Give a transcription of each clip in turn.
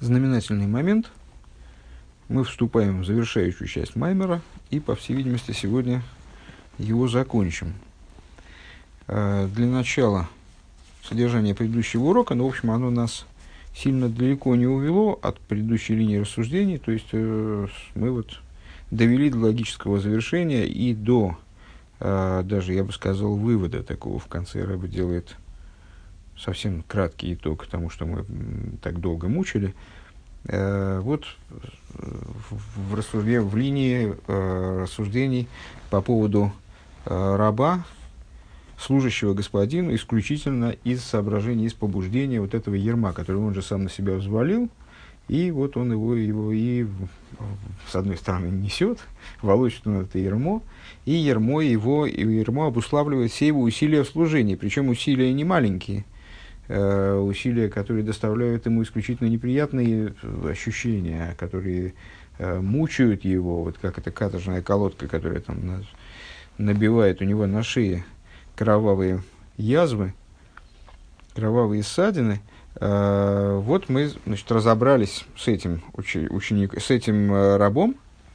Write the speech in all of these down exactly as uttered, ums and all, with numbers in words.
знаменательный момент. Мы вступаем в завершающую часть Маймера и, по всей видимости, сегодня его закончим. Для начала содержание предыдущего урока, но, в общем, оно нас сильно далеко не увело от предыдущей линии рассуждений. То есть мы вот довели до логического завершения и до, даже, я бы сказал, вывода такого в конце. Рэбе делает совсем краткий итог тому, что мы так долго мучили. Вот в, рассуждении, в линии рассуждений по поводу раба, служащего господину, исключительно из соображений, из побуждения вот этого ярма, который он же сам на себя взвалил, и вот он его, его и с одной стороны несет, волочит он это ярмо, и ярмо его, и ярмо обуславливает все его усилия в служении, причем усилия не маленькие, э, усилия, которые доставляют ему исключительно неприятные ощущения, которые э, мучают его, вот как эта каторжная колодка, которая там на, набивает у него на шее кровавые язвы, кровавые ссадины. Uh, вот мы, значит, разобрались с этим учи- учеником, с этим uh, рабом,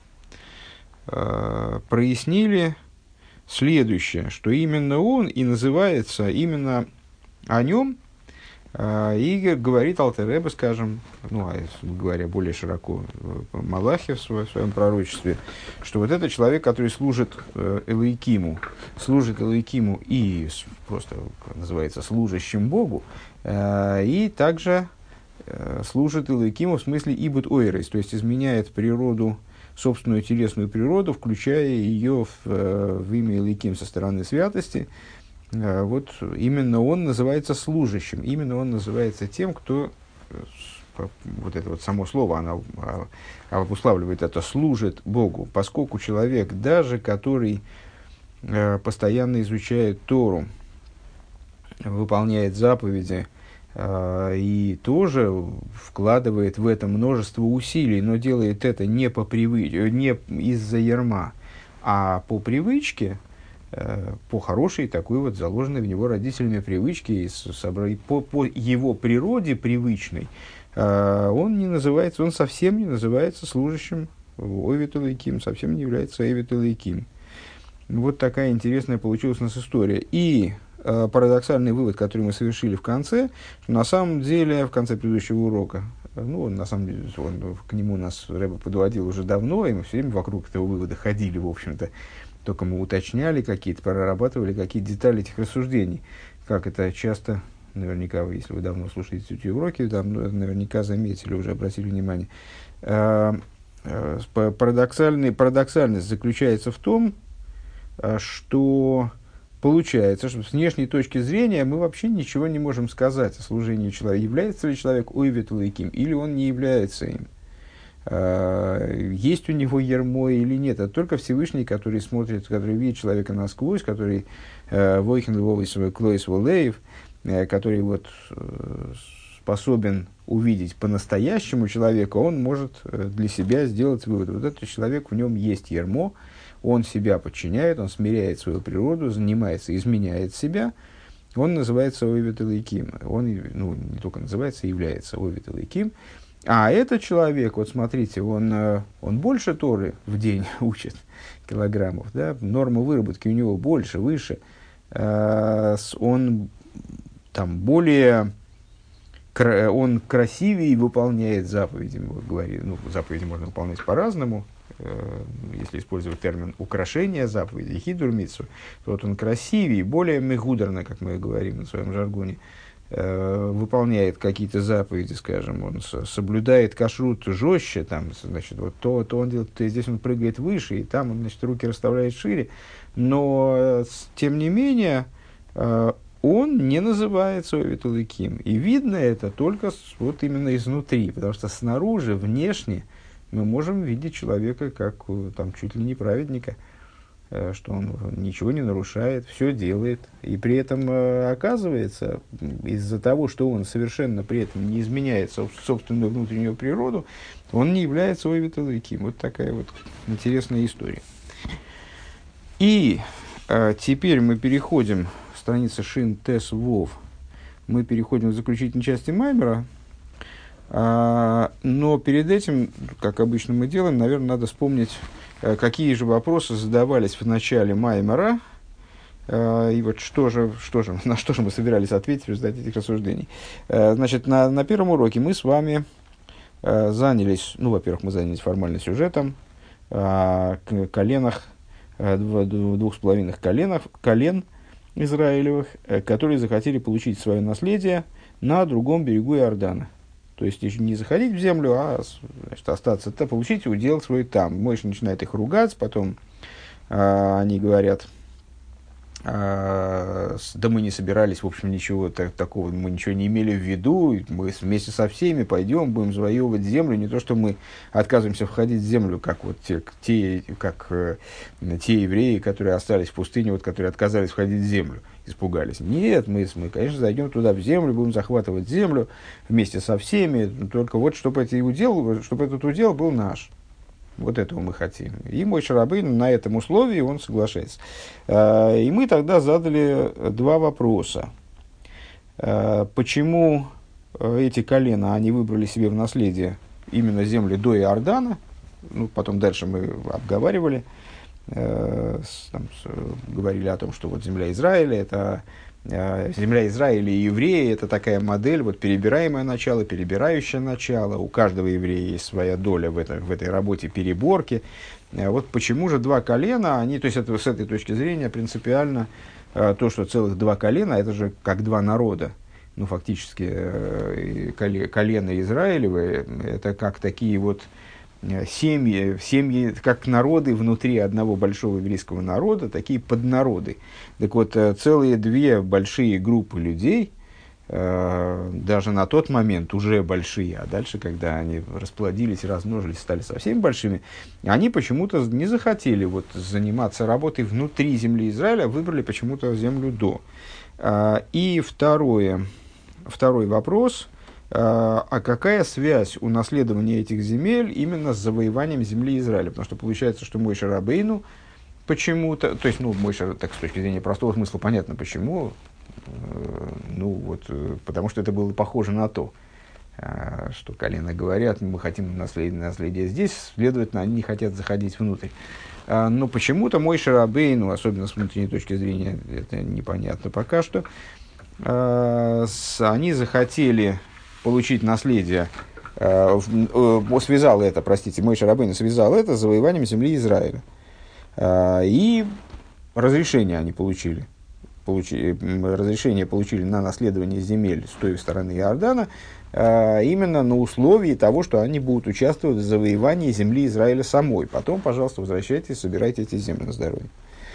uh, прояснили следующее, что именно он и называется, именно о нем uh, и говорит Алтер Ребе, скажем, ну, а говоря более широко, Малахи в своем, в своем пророчестве, что вот это человек, который служит uh, Элоикиму, служит Элоикиму и просто называется служащим Богу, и также э, служит Элокиму в смысле ибут ойрес, то есть изменяет природу, собственную телесную природу, включая ее в, э, в имя Элоким со стороны святости. Э, вот именно он называется служащим, именно он называется тем, кто, э, вот это вот само слово, оно а, обуславливает это, служит Богу, поскольку человек, даже который э, постоянно изучает Тору, выполняет заповеди, и тоже вкладывает в это множество усилий, но делает это не, по привыч... не из-за ярма, а по привычке, по хорошей такой вот заложенной в него родителями привычке, по, по его природе привычной, он не называется, он совсем не называется служащим Овет Элоким, совсем не является Овет Элоким. Вот такая интересная получилась у нас история. И парадоксальный вывод, который мы совершили в конце, что на самом деле, в конце предыдущего урока, ну, на самом деле, он, к нему нас Рэбе подводил уже давно, и мы все время вокруг этого вывода ходили, в общем-то, только мы уточняли какие-то, прорабатывали какие-то детали этих рассуждений, как это часто, наверняка, вы, если вы давно слушаете эти уроки, там, наверняка заметили, уже обратили внимание. Парадоксальный, парадоксальность заключается в том, что получается, что с внешней точки зрения мы вообще ничего не можем сказать о служении человека. Является ли человек Овет Элоким, или он не является им. Есть у него ярмо или нет. Это только Всевышний, который смотрит, который видит человека насквозь, который Войхен Львовый свой Клоис Волеев, который вот способен увидеть по-настоящему человека, он может для себя сделать вывод. Вот этот человек, в нем есть ярмо, он себя подчиняет, он смиряет свою природу, занимается, изменяет себя, он называется Овет Элоким. Он, ну, не только называется, является Овет Элоким. А этот человек, вот смотрите, он, он больше Торы в день учит, килограммов, да? Норма выработки у него больше, выше. Он там более... Он красивее выполняет заповеди. Говорит, ну, заповеди можно выполнять по-разному. Если использовать термин украшение заповеди, хидур мицву, то вот он красивее, более мегударно, как мы говорим на своем жаргоне, э, выполняет какие-то заповеди, скажем, он соблюдает кашрут жестче, там, значит, вот то, то он делает, то здесь он прыгает выше, и там он, значит, руки расставляет шире, но, тем не менее, э, он не называется Овет Элоким. И видно это только вот именно изнутри, потому что снаружи, внешне, мы можем видеть человека как там, чуть ли не праведника, что он ничего не нарушает, все делает. И при этом оказывается, из-за того, что он совершенно при этом не изменяет собственную внутреннюю природу, он не является Овет Элоким. Вот такая вот интересная история. И а, теперь мы переходим, страница Шин Тес Вов, мы переходим к заключительной части Маймера. А, но перед этим, как обычно мы делаем, наверное, надо вспомнить, какие же вопросы задавались в начале Маймера, и вот что же, что же, на что же мы собирались ответить в результате этих рассуждений. Значит, на, на первом уроке мы с вами занялись, ну, во-первых, мы занялись формально сюжетом, о коленах, двух с половиной коленах, колен Израилевых, которые захотели получить свое наследие на другом берегу Иордана. То есть, еще не заходить в землю, а, значит, остаться, то получить удел свой там. Мойша начинает их ругать, потом а, они говорят, а, да мы не собирались, в общем, ничего так, такого, мы ничего не имели в виду, мы вместе со всеми пойдем, будем завоевывать землю, не то, что мы отказываемся входить в землю, как вот те, те, как, э, те евреи, которые остались в пустыне, вот, которые отказались входить в землю. Испугались. Нет, мы, мы, конечно, зайдем туда в землю, будем захватывать землю вместе со всеми, только вот, чтобы, эти удел, чтобы этот удел был наш. Вот этого мы хотим. И Мойше Рабейну на этом условии он соглашается. И мы тогда задали два вопроса. Почему эти колена, они выбрали себе в наследие именно земли до Иордана? Ну, потом дальше мы обговаривали. Там, говорили о том, что вот земля Израиля, это э, земля Израиля и евреи, это такая модель, вот перебираемое начало, перебирающее начало, у каждого еврея есть своя доля в, это, в этой работе переборки. Э, вот почему же два колена, они, то есть это, с этой точки зрения принципиально э, то, что целых два колена, это же как два народа. Ну, фактически, э, колено Израилевые, это как такие вот семьи, семьи, как народы внутри одного большого еврейского народа, такие поднароды. Так вот, целые две большие группы людей, э, даже на тот момент уже большие, а дальше, когда они расплодились, размножились, стали совсем большими, они почему-то не захотели вот, заниматься работой внутри земли Израиля, выбрали почему-то землю до. Э, и второе, второй вопрос – а какая связь у наследования этих земель именно с завоеванием земли Израиля? Потому что получается, что Мойше Рабейну почему-то, то есть, ну, Мойше, так с точки зрения простого смысла, понятно почему, ну, вот, потому что это было похоже на то, что колено говорят, мы хотим наследие, наследие здесь, следовательно, они не хотят заходить внутрь. Но почему-то Мойше Рабейну, особенно с внутренней точки зрения, это непонятно пока что, они захотели получить наследие, э, э, связал это, простите, Мойше Рабейну связал это с завоеванием земли Израиля. Э, и разрешение они получили. Получи, разрешение получили на наследование земель с той стороны Иордана, э, именно на условии того, что они будут участвовать в завоевании земли Израиля самой. Потом, пожалуйста, возвращайтесь, собирайте эти земли на здоровье.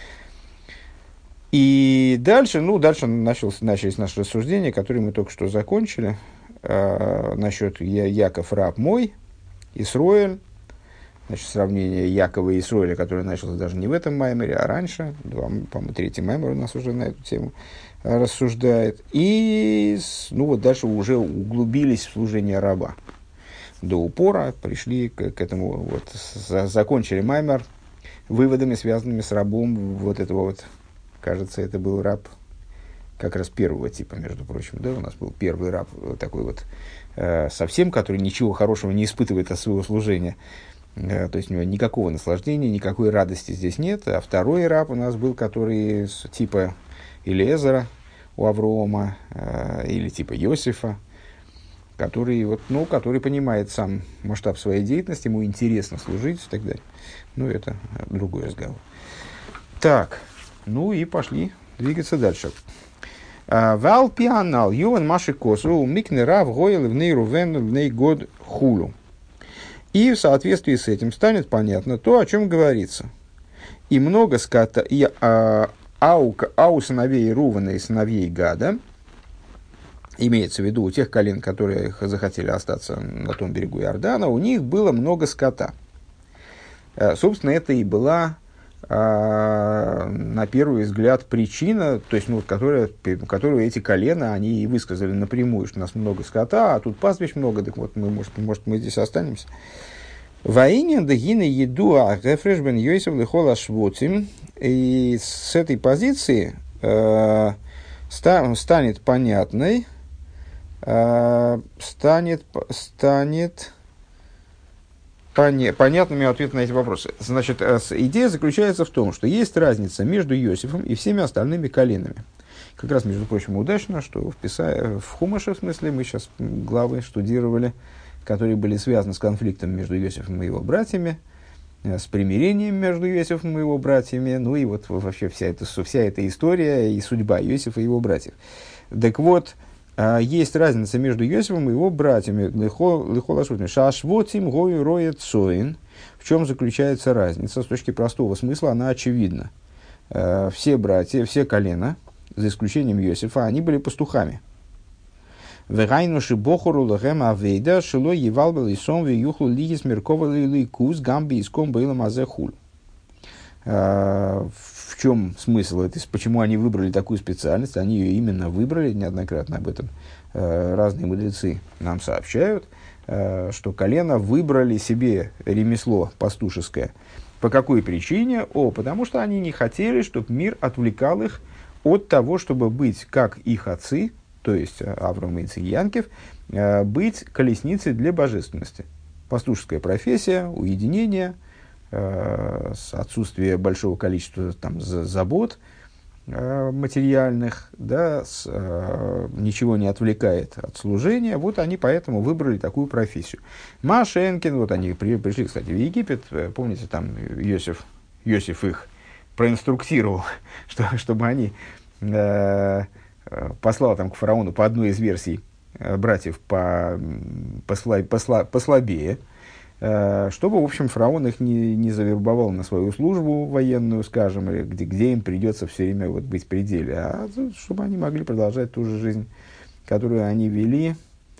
И дальше, ну, дальше началось, начались наши рассуждения, которые мы только что закончили. Uh, насчет Я, Яков раб мой, Исроэль, значит, сравнение Якова и Исроэля, которое началось даже не в этом маймере, а раньше, два, по-моему, третий маймер у нас уже на эту тему uh, рассуждает, и ну, вот дальше уже углубились в служение раба до упора, пришли к, к этому, вот, за, закончили маймер выводами, связанными с рабом вот этого вот, кажется, это был раб как раз первого типа, между прочим, да, у нас был первый раб такой вот э, совсем, который ничего хорошего не испытывает от своего служения, э, то есть у него никакого наслаждения, никакой радости здесь нет, а второй раб у нас был, который с, типа Элиэзера у Аврома, э, или типа Иосифа, который, вот, ну, который понимает сам масштаб своей деятельности, ему интересно служить и так далее. Ну, это другой разговор. Так, ну и пошли двигаться дальше. Вал пианал, юван маши косу, микне рав гойл в ней рувен в ней год хулу. И в соответствии с этим станет понятно то, о чем говорится. И много скота, и а, ау, ау сыновей Рувена и сыновей Гада, имеется в виду у тех колен, которые захотели остаться на том берегу Иордана, у них было много скота. Собственно, это и была на первый взгляд причина, то есть, ну, которая, которую эти колена, они и высказали напрямую, что у нас много скота, а тут пастбищ много, так вот, мы, может, может, мы здесь останемся. Воинин дагина еду а гефрешбен йосеф лихола швоцим. И с этой позиции э, ста, станет понятной э, станет, станет поня- понятными ответы на эти вопросы. Значит, э, с- идея заключается в том, что есть разница между Иосифом и всеми остальными коленами. Как раз, между прочим, удачно, что в, Писа... в Хумаше, в смысле, мы сейчас главы штудировали, которые были связаны с конфликтом между Иосифом и его братьями, э, с примирением между Иосифом и его братьями, ну и вот вообще вся эта, вся эта история и судьба Иосифа и его братьев. Так вот, э, есть разница между Иосифом и его братьями. Шашвотим гою роет соин. В чем заключается разница? С точки простого смысла она очевидна. Э, все братья, все колена, за исключением Иосифа, они были пастухами. Вегайнуши бохору лохем авейда шило евалбел и сом веюхлу лигис мерковали ликус гамби иском было мазехуль. В чем смысл это? Почему они выбрали такую специальность? Они ее именно выбрали, неоднократно об этом разные мудрецы нам сообщают, что колено выбрали себе ремесло пастушеское. По какой причине? О, потому что они не хотели, чтобы мир отвлекал их от того, чтобы быть как их отцы, то есть Авраам, Ицхак и Янкев, быть колесницей для божественности. Пастушеская профессия, уединение, отсутствие большого количества там, забот материальных, да, с, ничего не отвлекает от служения. Вот они поэтому выбрали такую профессию. Маша Энкин, вот они при, пришли, кстати, в Египет, помните, там Иосиф, Иосиф их проинструктировал, что, чтобы они э, послал там к фараону по одной из версий э, братьев по, посла, посла, послабее, э, чтобы, в общем, фараон их не, не завербовал на свою службу военную, скажем, где, где им придется все время вот, быть в пределе, а чтобы они могли продолжать ту же жизнь, которую они вели,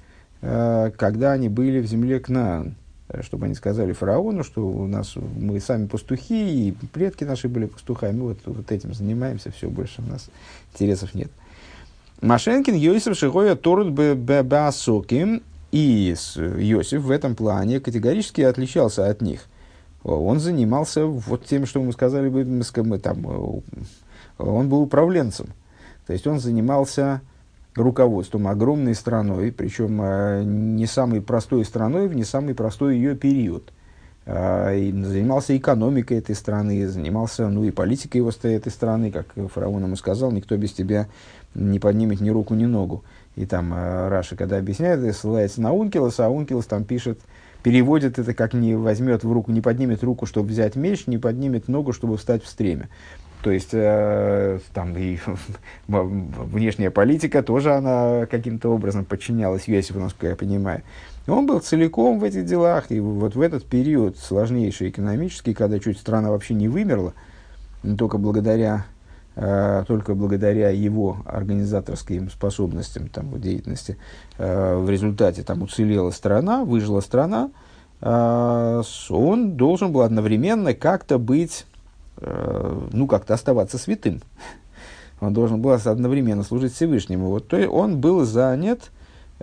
э, когда они были в земле Кнаан. Чтобы они сказали фараону, что у нас мы сами пастухи, и предки наши были пастухами, вот, вот этим занимаемся, все, больше у нас интересов нет. Машенкин Йосиф Шигоя Торут Беасоким, и Йосиф в этом плане категорически отличался от них. Он занимался вот тем, что мы сказали, мы, там, он был управленцем, то есть он занимался руководством огромной страной, причем не самой простой страной в не самый простой ее период. И занимался экономикой этой страны, занимался, ну, и политикой его этой страны, как фараон ему сказал, никто без тебя не поднимет ни руку, ни ногу. И там Раши, когда объясняет, ссылается на Ункилос, а Ункилос там пишет, переводит это как не возьмет в руку, не поднимет руку, чтобы взять меч, не поднимет ногу, чтобы встать в стремя. То есть, э, там и внешняя политика тоже она каким-то образом подчинялась Йосифу, насколько я понимаю. Он был целиком в этих делах, и вот в этот период сложнейший экономический, когда чуть страна вообще не вымерла, только благодаря, э, только благодаря его организаторским способностям, там, в деятельности, э, в результате там уцелела страна, выжила страна, э, он должен был одновременно как-то быть, ну, как-то оставаться святым. Он должен был одновременно служить Всевышнему. Вот, то есть он был занят,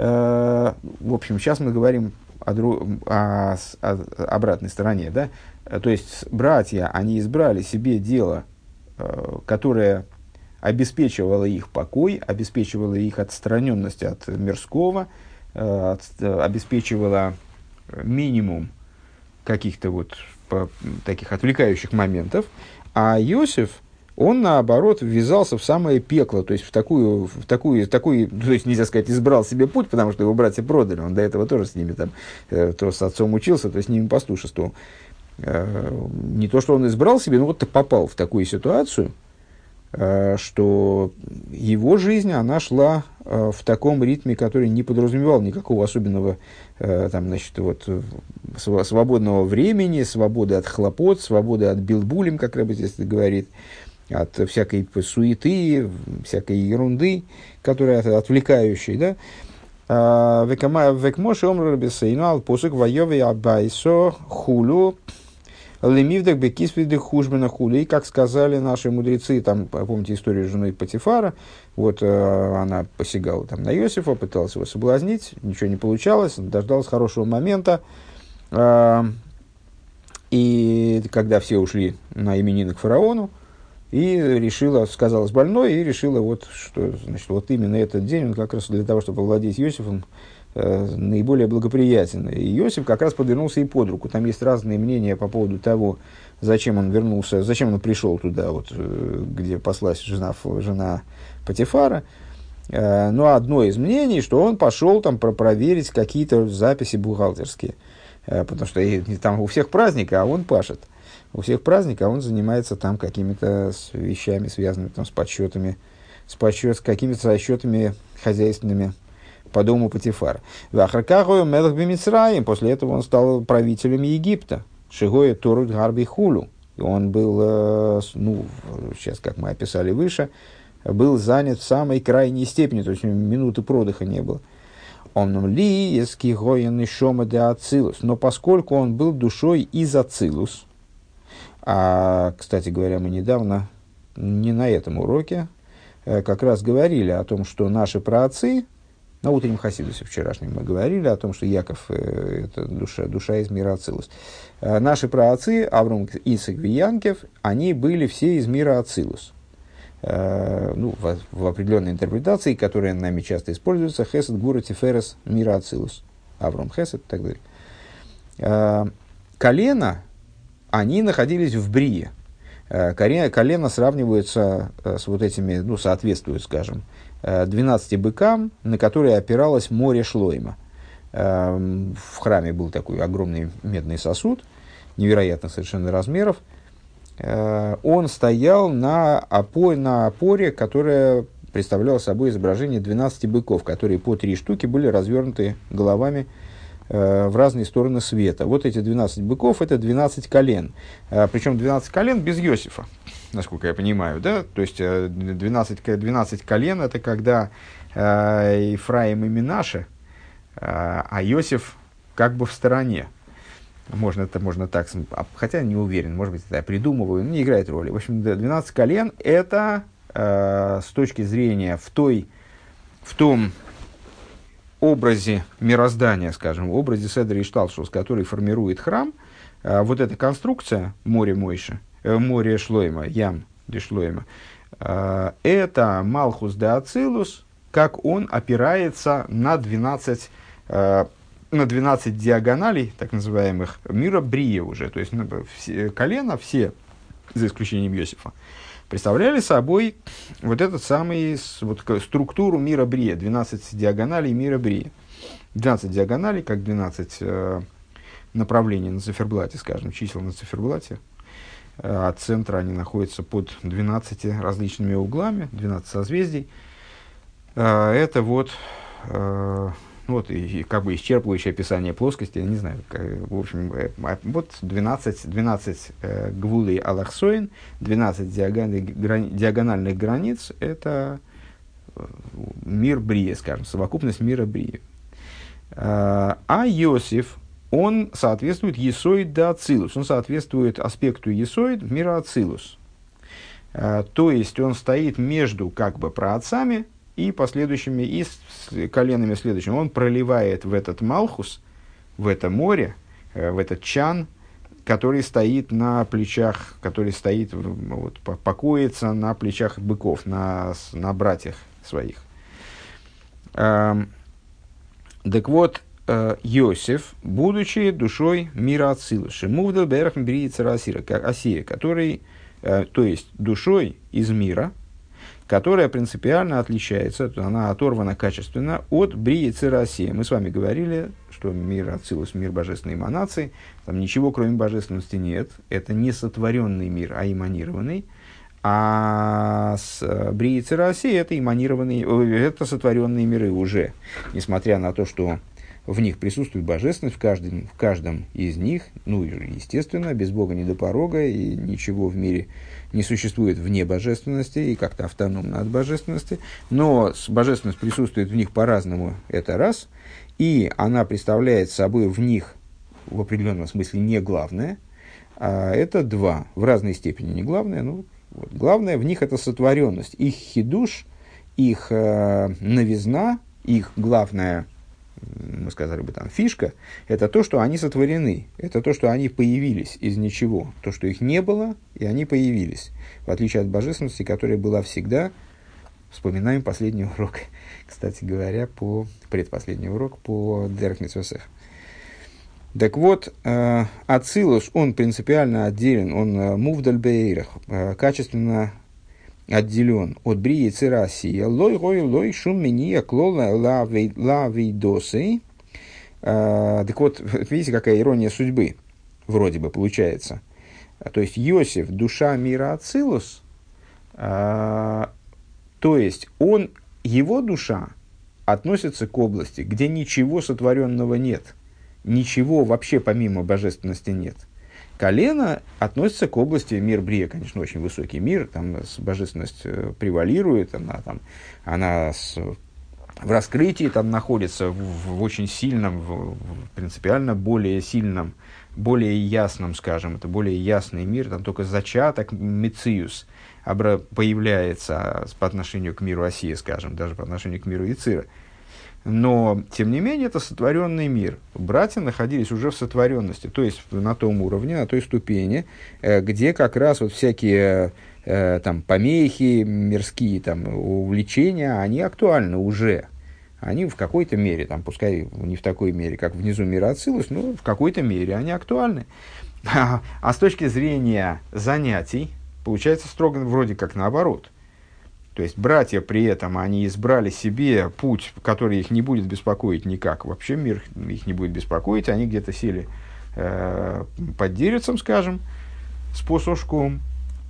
э, в общем, сейчас мы говорим о, дру, о, о обратной стороне, да? То есть братья, они избрали себе дело, э, которое обеспечивало их покой, обеспечивало их отстраненность от мирского, э, от, обеспечивало минимум каких-то вот по, таких отвлекающих моментов, а Иосиф, он, наоборот, ввязался в самое пекло, то есть в такую, в такую, в такую, то есть, нельзя сказать, избрал себе путь, потому что его братья продали, он до этого тоже с ними там, э, то с отцом учился, то с ними пастушествовал. Э, не то, что он избрал себе, но вот так попал в такую ситуацию, э, что его жизнь, она шла э, в таком ритме, который не подразумевал никакого особенного там, значит, вот, свободного времени, свободы от хлопот, свободы от билбулем, как Рэбе здесь говорит, от всякой суеты, всякой ерунды, которая отвлекающая, да. Векмоши омр Рэбе Сейнуал посук вайове абайсо хулю лемивдах бекисвидых хужбена хули. И как сказали наши мудрецы, там, помните историю с женой Патифара, вот э, она посягала там на Иосифа, пыталась его соблазнить, ничего не получалось, дождалась хорошего момента. Э, и когда все ушли на именины к фараону, и решила, сказалась больной, и решила, вот, что значит, вот именно этот день, он как раз для того, чтобы овладеть Иосифом, э, наиболее благоприятен. И Иосиф как раз подвернулся ей под руку. Там есть разные мнения по поводу того, зачем он вернулся, зачем он пришел туда, вот, где паслась жена, жена Потифара. Э, но одно из мнений, что он пошел там про- проверить какие-то записи бухгалтерские. Э, потому что и, там у всех праздник, а он пашет. У всех праздник, а он занимается там какими-то вещами, связанными там, с подсчетами, с, подсчет, с какими-то расчетами хозяйственными по дому Потифара. Вахаркахою мелах бимицраим. После этого он стал правителем Египта. Шигоя Торут Гарби Хулу. И он был, ну, сейчас, как мы описали выше, был занят в самой крайней степени, то есть минуты продыха не было. Он ли эски гоен и шома де ацилус. Но поскольку он был душой из ацилус, а, кстати говоря, мы недавно, не на этом уроке, как раз говорили о том, что наши праотцы, на утреннем Хасидусе вчерашнем мы говорили о том, что Яков – это душа, душа из мира Ацилус. Наши праотцы, Авром, Ицхак и Янкев, они были все из мира Ацилус. Ну, в, в определенной интерпретации, которая нами часто используется, Хесед, Гура, Тиферес, мира Ацилус. Авром Хесед и так далее. Колено, они находились в Брие. Колено, колено сравниваются с вот этими, ну, соответствуют, скажем, двенадцати быкам, на которые опиралось море Шлойма. В храме был такой огромный медный сосуд, невероятных совершенно размеров. Он стоял на опоре, на опоре, которая представляла собой изображение двенадцати быков, которые по три штуки были развернуты головами в разные стороны света. Вот эти двенадцать быков – это двенадцать колен. Причем двенадцать колен без Иосифа, насколько я понимаю. Да? То есть двенадцать, двенадцать колен – это когда Ефраим и Менаше, а Иосиф как бы в стороне. Можно, это, можно так, хотя не уверен, может быть, это я придумываю, не играет роли. В общем, двенадцать колен – это с точки зрения в, той, в том образе мироздания, скажем, в образе Седра Ишталшус, который формирует храм, вот эта конструкция море Мойши, море Шлойма, ям де Шлойма, это Малхус де Ацилус, как он опирается на двенадцать, на двенадцать диагоналей, так называемых, мира Брия уже, то есть все, колено все, за исключением Иосифа, представляли собой вот этот самый, вот, структуру мира Брия, двенадцать диагоналей мира Брия. двенадцать диагоналей, как двенадцать э, направлений на циферблате, скажем, чисел на циферблате. Э, от центра они находятся под двенадцатью различными углами, двенадцать созвездий. Э, это вот, э, вот и, и как бы исчерпывающее описание плоскости, я не знаю, как, в общем, э, вот двенадцать, двенадцать э, гвулей алахсоин, двенадцать диагональных, грани, диагональных границ, это мир Брия, скажем, совокупность мира Брия. Э, а Иосиф, он соответствует Есоид да Ацилус, он соответствует аспекту Есоид мира Ацилус. Э, то есть он стоит между как бы праотцами и последующими, и с коленами следующими. Он проливает в этот Малхус, в это море, э, в этот чан, который стоит на плечах, который стоит, вот, покоится на плечах быков, на, на братьях своих. Э, так вот, э, Иосиф, будучи душой мира Ацилус, Шемувдал Берахм Бриица Асира, который, э, то есть душой из мира, которая принципиально отличается, она оторвана качественно от Брии Цирасия. Мы с вами говорили, что мир Ацилус, мир божественной эманации, там ничего кроме божественности нет, это не сотворенный мир, а эманированный. А с Брии Цирасия это эманированные, это сотворенные миры уже, несмотря на то, что в них присутствует божественность, в каждом, в каждом из них, ну, естественно, без Бога не до порога, и ничего в мире не существует вне божественности и как-то автономно от божественности, но божественность присутствует в них по-разному, это раз, и она представляет собой в них в определенном смысле не главное, а это два, в разной степени не главное, ну, вот, главное в них это сотворенность, их хидуш, их э, новизна, их главная мы сказали бы там фишка, это то, что они сотворены, это то, что они появились из ничего, то, что их не было, и они появились, в отличие от божественности, которая была всегда. Вспоминаем последний урок, кстати говоря, по предпоследний урок по Дерек Мицвосех. Так вот, Ацилус, он принципиально отделен, он мувдаль бейрах, качественно отделен от брии цирасия, лой гой лой шум мения клола лавидосы. Так вот, видите, какая ирония судьбы, вроде бы, получается. То есть, Йосеф, душа мира Ацилус, то есть, он, его душа относится к области, где ничего сотворенного нет, ничего вообще помимо божественности нет. Колено относится к области, мир Брия, конечно, очень высокий мир, там божественность превалирует, она, там, она с, в раскрытии там находится, в, в очень сильном, в, в принципиально более сильном, более ясном, скажем, это более ясный мир, там только зачаток, мециус, появляется по отношению к миру Осия, скажем, даже по отношению к миру Ицира. Но, тем не менее, это сотворенный мир. Братья находились уже в сотворенности, то есть на том уровне, на той ступени, где как раз вот всякие там, помехи мирские, там, увлечения, они актуальны уже. Они в какой-то мере, там, пускай не в такой мере, как внизу мира Ацилус, но в какой-то мере они актуальны. А, а с точки зрения занятий, получается строго вроде как наоборот. То есть, братья при этом, они избрали себе путь, который их не будет беспокоить никак. Вообще мир их не будет беспокоить. Они где-то сели э, под деревцем, скажем, с посушком.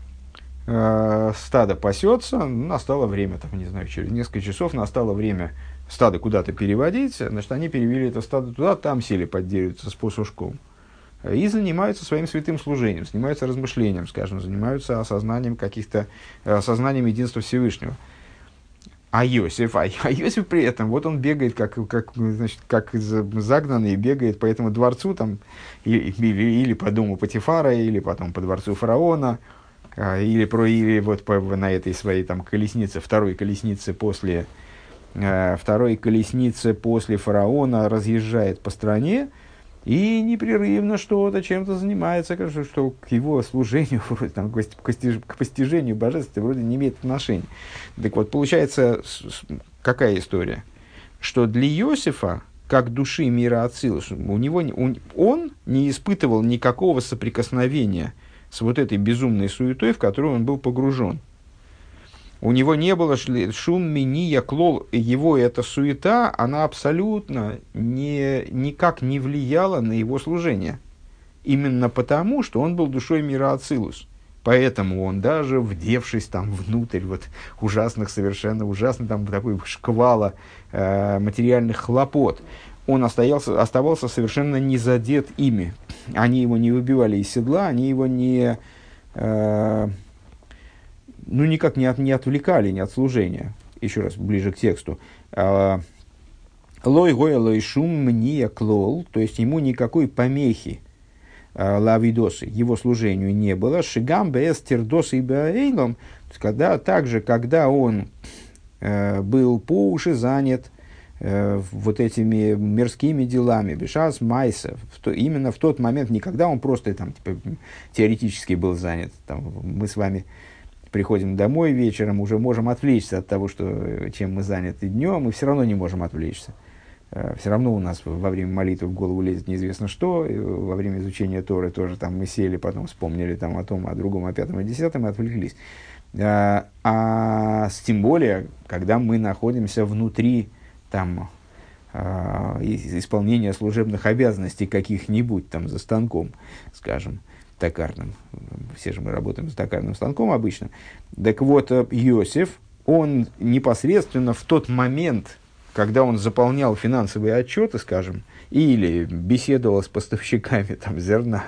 Э, стадо пасется, настало время, там, не знаю, через несколько часов настало время стадо куда-то переводить. Значит, они перевели это стадо туда, там сели под деревцем с посушком. И занимаются своим святым служением, занимаются размышлением, скажем, занимаются осознанием каких-то, осознанием единства Всевышнего. А Йосиф, а, а Йосиф при этом, вот он бегает, как, как, значит, как загнанный, бегает по этому дворцу, там, или, или, или по дому Патифара, или потом по дворцу фараона, или, про, или вот по, на этой своей там, колеснице, второй колеснице после, второй колеснице после фараона разъезжает по стране, и непрерывно что-то, чем-то занимается, что к его служению, вроде, там, к постижению божественности вроде не имеет отношения. Так вот, получается, какая история? Что для Иосифа, как души мира Ацилус, у него, он не испытывал никакого соприкосновения с вот этой безумной суетой, в которую он был погружен. У него не было шум миния клол, его эта суета, она абсолютно не, никак не влияла на его служение. Именно потому, что он был душой мира Ацилус. Поэтому он даже, вдевшись там внутрь вот ужасных, совершенно ужасных, там такой шквала э, материальных хлопот, он оставался, оставался совершенно не задет ими. Они его не выбивали из седла, они его не... Э, ну, никак не, от, не отвлекали, не от служения. Еще раз, ближе к тексту. Лой гой лой шум мне клол, то есть ему никакой помехи лавидосы, его служению не было. Шигам бэс тердосы и бээйлом, когда, также, когда он э, был по уши занят э, вот этими мирскими делами, бешас майса, в то, именно в тот момент, не когда он просто там, типа, теоретически был занят. Там, мы с вами приходим домой вечером, уже можем отвлечься от того, что, чем мы заняты днем, и все равно не можем отвлечься. Все равно у нас во время молитвы в голову лезет неизвестно что, и во время изучения Торы тоже там мы сели, потом вспомнили там о том, о другом, о пятом, о десятом, и отвлеклись. А, а тем более, когда мы находимся внутри там, а, исполнения служебных обязанностей каких-нибудь там за станком, скажем, токарным. Все же мы работаем с токарным станком обычно. Так вот, Иосиф, он непосредственно в тот момент, когда он заполнял финансовые отчеты, скажем, или беседовал с поставщиками там, зерна,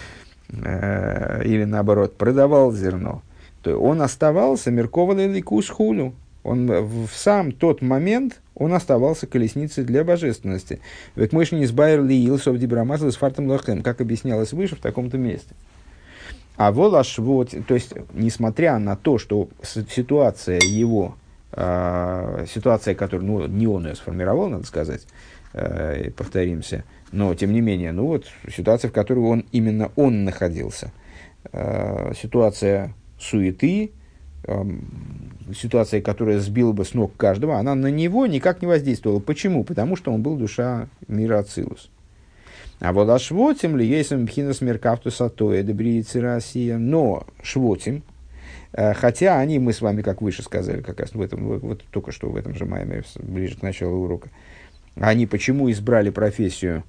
э, или наоборот, продавал зерно, то он оставался мерковалый ликус хулю. Он в сам тот момент он оставался колесницей для божественности. Ведь мы же не избавили Илсов Дибрамазл с фартом лохем, как объяснялось выше в таком-то месте. А волаш вот, то есть, несмотря на то, что ситуация его, э, ситуация, которую ну, не он ее сформировал, надо сказать, э, повторимся. Но, тем не менее, ну вот, ситуация, в которой он, именно он находился. Э, ситуация суеты, э, ситуация, которая сбила бы с ног каждого, она на него никак не воздействовала. Почему? Потому что он был душа мира Ацилус. А вот ашвотим ли есть мхинас меркавтус атоэ дебриицы Россия, но швотим, э, хотя они, мы с вами, как выше сказали, как раз в этом, вот, вот только что в этом же маймере, ближе к началу урока, они почему избрали профессию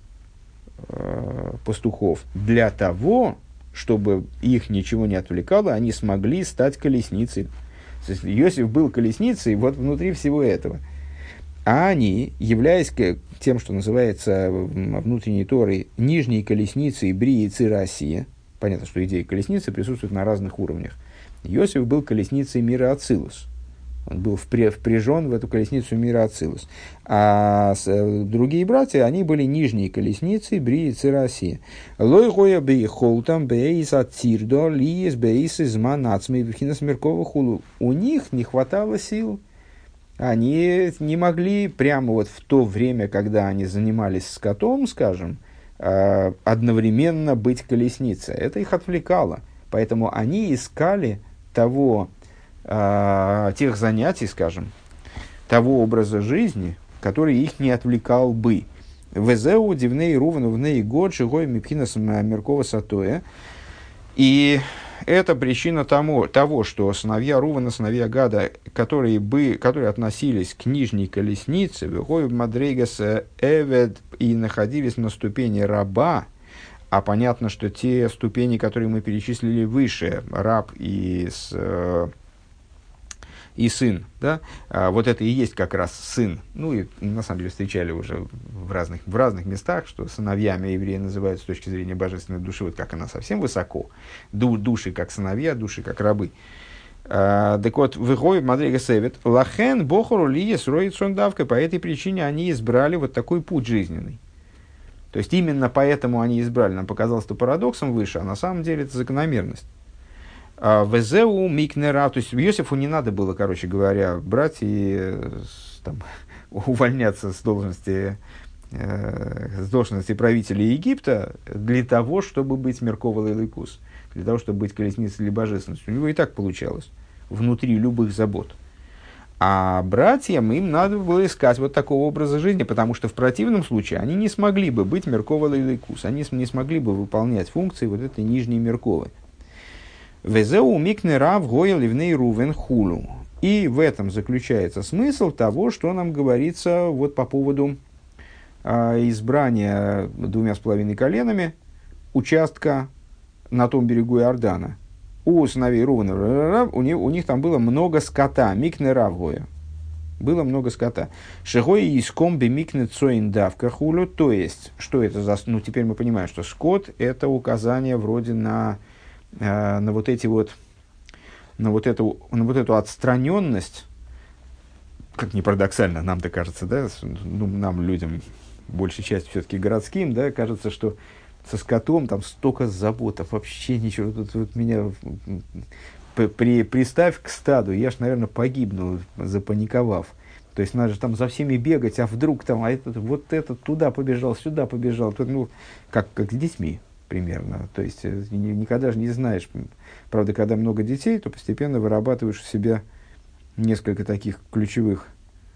э, пастухов? Для того, чтобы их ничего не отвлекало, они смогли стать колесницей. Иосиф был колесницей вот внутри всего этого. А они, являясь тем, что называется внутренней Торой нижней колесницей Брии Цира Россия, понятно, что идея колесницы присутствует на разных уровнях. Иосиф был колесницей мира Ацилус. Он был впряжен в эту колесницу мира Ацилус. А с, э, другие братья, они были нижней колесницей Брии Цира Россия. Лой гоя бей холтам бейс ацирдо лиес бейс изма нацмей вхинас меркова хулу. У них не хватало сил. Они не могли прямо вот в то время, когда они занимались скотом, скажем, одновременно быть колесницей. Это их отвлекало. Поэтому они искали того, тех занятий, скажем, того образа жизни, который их не отвлекал бы. Везеу дивней рувну вней год шигой мипхинас меркова сатоя. И это причина тому, того, что сыновья Рувана, сыновья Гада, которые, бы, которые относились к нижней колеснице, выходят в Мадрейгас Эвед и находились на ступени раба, а понятно, что те ступени, которые мы перечислили выше, раб и, с, и сын, да, вот это и есть как раз сын. Ну и на самом деле встречали уже в разных, в разных местах, что сыновьями евреи называют с точки зрения божественной души, вот как она совсем высоко, Ду, души как сыновья, души как рабы. А, так вот, выходит Мадрига Севет, лахен бохору лиес роит сондавка, по этой причине они избрали вот такой путь жизненный. То есть именно поэтому они избрали. Нам показалось это парадоксом выше, а на самом деле это закономерность. Везеу микнера, то есть Иосифу не надо было, короче говоря, брать и там, увольняться с должности, э, с должности правителя Египта для того, чтобы быть Меркова Лейликус, для того, чтобы быть колесницей или божественностью. У него и так получалось, внутри любых забот. А братьям им надо было искать вот такого образа жизни, потому что в противном случае они не смогли бы быть Меркова Лейликус, они не смогли бы выполнять функции вот этой нижней Мерковы. Везеу микне рав гоя ливней рувен хулу. И в этом заключается смысл того, что нам говорится вот по поводу э, избрания двумя с половиной коленами участка на том берегу Иордана. У сыновей Рувена у них, у них там было много скота, микне рав гоя. Было много скота. Шигой иском би микне цоин давка хулю. То есть, что это за... Ну, теперь мы понимаем, что скот – это указание вроде на... на вот эти вот, на вот эту, на вот эту отстраненность, как ни парадоксально, нам-то кажется, да, ну, нам, людям, большей частью все-таки городским, да, кажется, что со скотом там столько заботов, вообще ничего, тут, тут меня при, приставь к стаду, я ж, наверное, погибну, запаниковав. То есть надо же там за всеми бегать, а вдруг там, а этот, вот этот туда побежал, сюда побежал, тут, ну, как, как с детьми. Примерно. То есть никогда же не знаешь. Правда, когда много детей, то постепенно вырабатываешь у себя несколько таких ключевых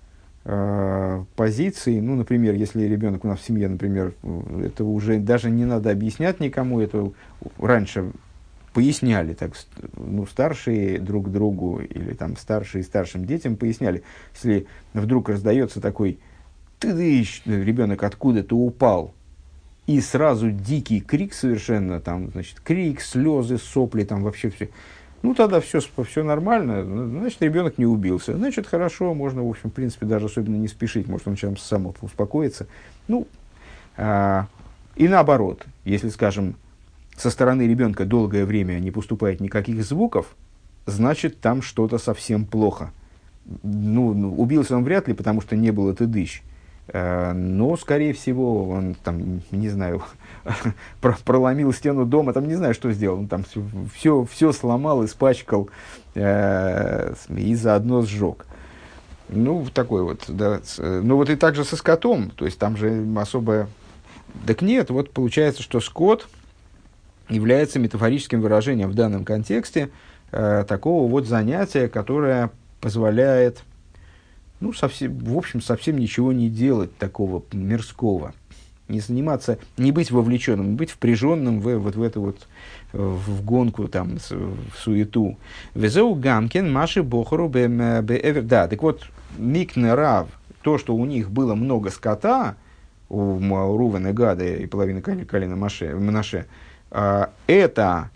э, позиций. Ну, например, если ребенок у нас в семье, например, это уже даже не надо объяснять никому. Это раньше поясняли, так, ну, старшие друг другу или там старшие старшим детям поясняли. Если вдруг раздается такой ты ребенок откуда-то упал, и сразу дикий крик совершенно, там, значит, крик, слезы, сопли, там вообще все. Ну, тогда все, все нормально, значит, ребенок не убился. Значит, хорошо, можно, в общем, в принципе, даже особенно не спешить, может, он сейчас сам успокоится. Ну, а, и наоборот, если, скажем, со стороны ребенка долгое время не поступает никаких звуков, значит, там что-то совсем плохо. Ну, убился он вряд ли, потому что не было тыдыщ. Но, скорее всего, он там, не знаю, проломил стену дома, там не знаю, что сделал, он там все, все сломал, испачкал э, и заодно сжег. Ну, такой вот, да. Ну, вот и также со скотом. То есть, там же особо... Так нет, вот получается, что скот является метафорическим выражением в данном контексте э, такого вот занятия, которое позволяет, ну, совсем, в общем, совсем ничего не делать такого мирского. Не заниматься, не быть вовлеченным, быть впряженным в, вот в эту вот в гонку, там, в суету. Везеу гамкин маши бохору бэвер. Да, так вот, микне рав, то, что у них было много скота, у Рувена, Гада и половины колена Манаше, это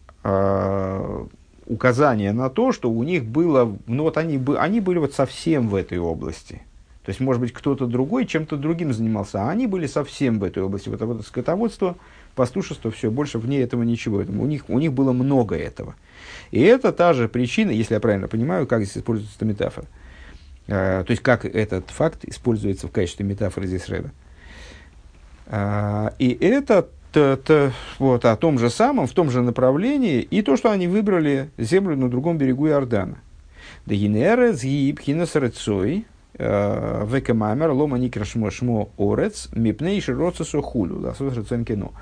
указание на то, что у них было, ну вот они, они были вот совсем в этой области. То есть, может быть, кто-то другой чем-то другим занимался, а они были совсем в этой области. Вот, вот скотоводство, пастушество, все, больше вне этого ничего. У них, у них было много этого. И это та же причина, если я правильно понимаю, как здесь используется эта метафора. То есть, как этот факт используется в качестве метафоры здесь Ребе. И это т, т, вот, о том же самом, в том же направлении, и то, что они выбрали землю на другом берегу Иордана. Дегинере згиб хинасарецой векамамер лома никра шмо шмо орец мипней широцесо хулю. Да, собственно, кино.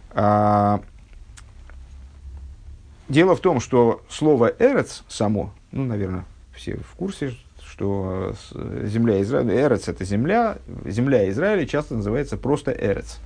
Дело в том, что слово «эрец» само, ну, наверное, все в курсе, что земля Израиля, «эрец» — это земля, земля Израиля часто называется просто «эрец».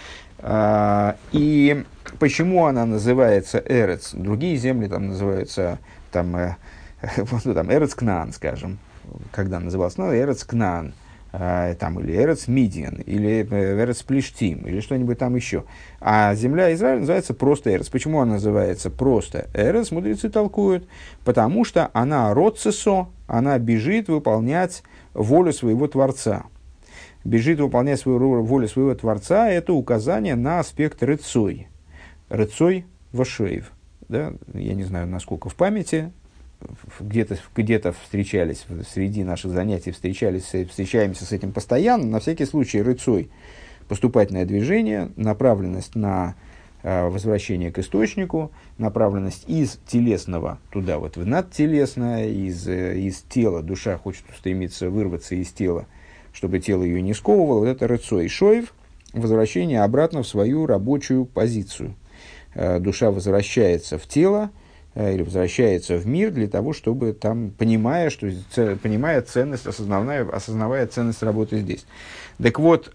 И почему она называется «эрец»? Другие земли там называются там, ну, там, «эрец Кнаан», скажем, когда назывался, ну, «эрец Кнаан», там, или «эрец Мидиан», или «эрец Плештим», или что-нибудь там еще. А земля Израиля называется просто «эрец». Почему она называется просто «эрец»? Мудрецы толкуют, потому что она «роцесо», она бежит выполнять волю своего Творца. Бежит выполнять свою волю своего Творца, это указание на аспект «рыцой». «Рыцой вашоев». Да? Я не знаю, насколько в памяти, где-то, где-то встречались, среди наших занятий встречались, встречаемся с этим постоянно. На всякий случай «рыцой» – поступательное движение, направленность на э, возвращение к источнику, направленность из телесного туда, вот в надтелесное, из, э, из тела. Душа хочет стремиться вырваться из тела, чтобы тело ее не сковывало. Вот это «рыцой». «Шоев» – возвращение обратно в свою рабочую позицию. Э, душа возвращается в тело, или возвращается в мир для того, чтобы там, понимая, что, понимая ценность, осознавая, осознавая ценность работы здесь. Так вот,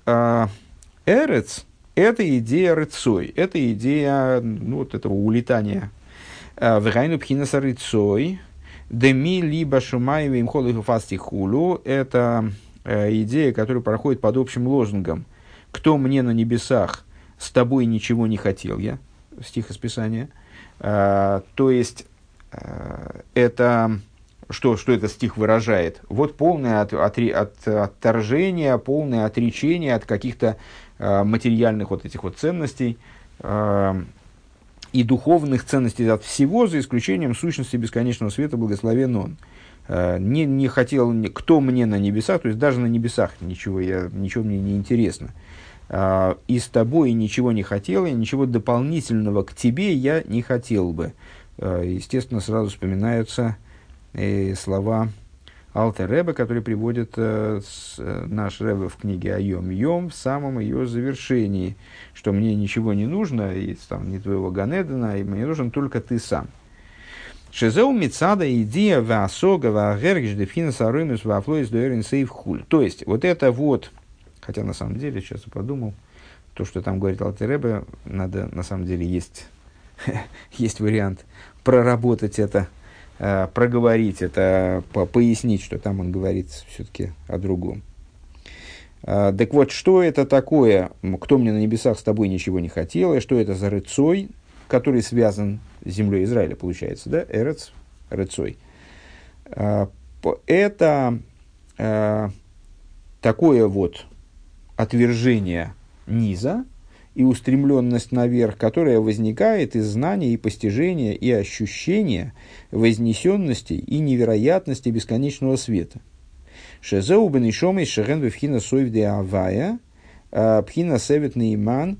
эрец – это идея рыцой, это идея, ну, вот этого улетания. Вегайну пхинаса рыцой, деми либо шумаеви имхол их фасти хулу – это идея, которая проходит под общим лозунгом «Кто мне на небесах, с тобой ничего не хотел я», стих из Писания. Uh, то есть, uh, это, что, что этот стих выражает? Вот полное от, от, от, отторжение, полное отречение от каких-то uh, материальных вот этих вот ценностей uh, и духовных ценностей от всего, за исключением сущности бесконечного света, благословен он. Uh, не, не хотел, кто мне на небесах, то есть даже на небесах ничего, я, ничего мне не интересно. Uh, и с тобой ничего не хотел, и ничего дополнительного к тебе я не хотел бы. Uh, естественно, сразу вспоминаются э, слова Алтер Ребе, которые приводит э, с, э, наш Ребе в книге Айом Йом в самом ее завершении, что мне ничего не нужно, и, там, ни твоего Ганедена, и мне нужен только ты сам. Шезеу мицада идея ваасога ваагергиш дефхина сарымус ваафлоис дуэрин сейв хуль. То есть, вот это вот. Хотя, на самом деле, сейчас я подумал, то, что там говорит Алтер Ребе, надо, на самом деле, есть, есть вариант проработать это, э, проговорить это, по, пояснить, что там он говорит все-таки о другом. Э, так вот, что это такое, кто мне на небесах с тобой ничего не хотел, и что это за рыцой, который связан с землей Израиля, получается, да, эрец, рыцой. Э, это э, такое вот отвержение низа и устремленность наверх, которая возникает из знания и постижения и ощущения вознесенности и невероятности бесконечного света. Шезеу бен ишом из шеген бифхина сойв де авая, пхина севет нейман.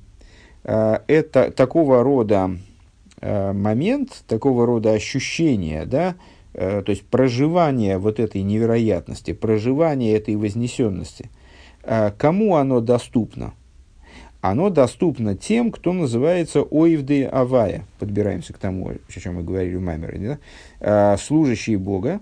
Это такого рода момент, такого рода ощущение, да, то есть проживание вот этой невероятности, проживание этой вознесенности, кому оно доступно? Оно доступно тем, кто называется Оивды Авая. Подбираемся к тому, о чем мы говорили в Маймере. Да? Служащие Бога,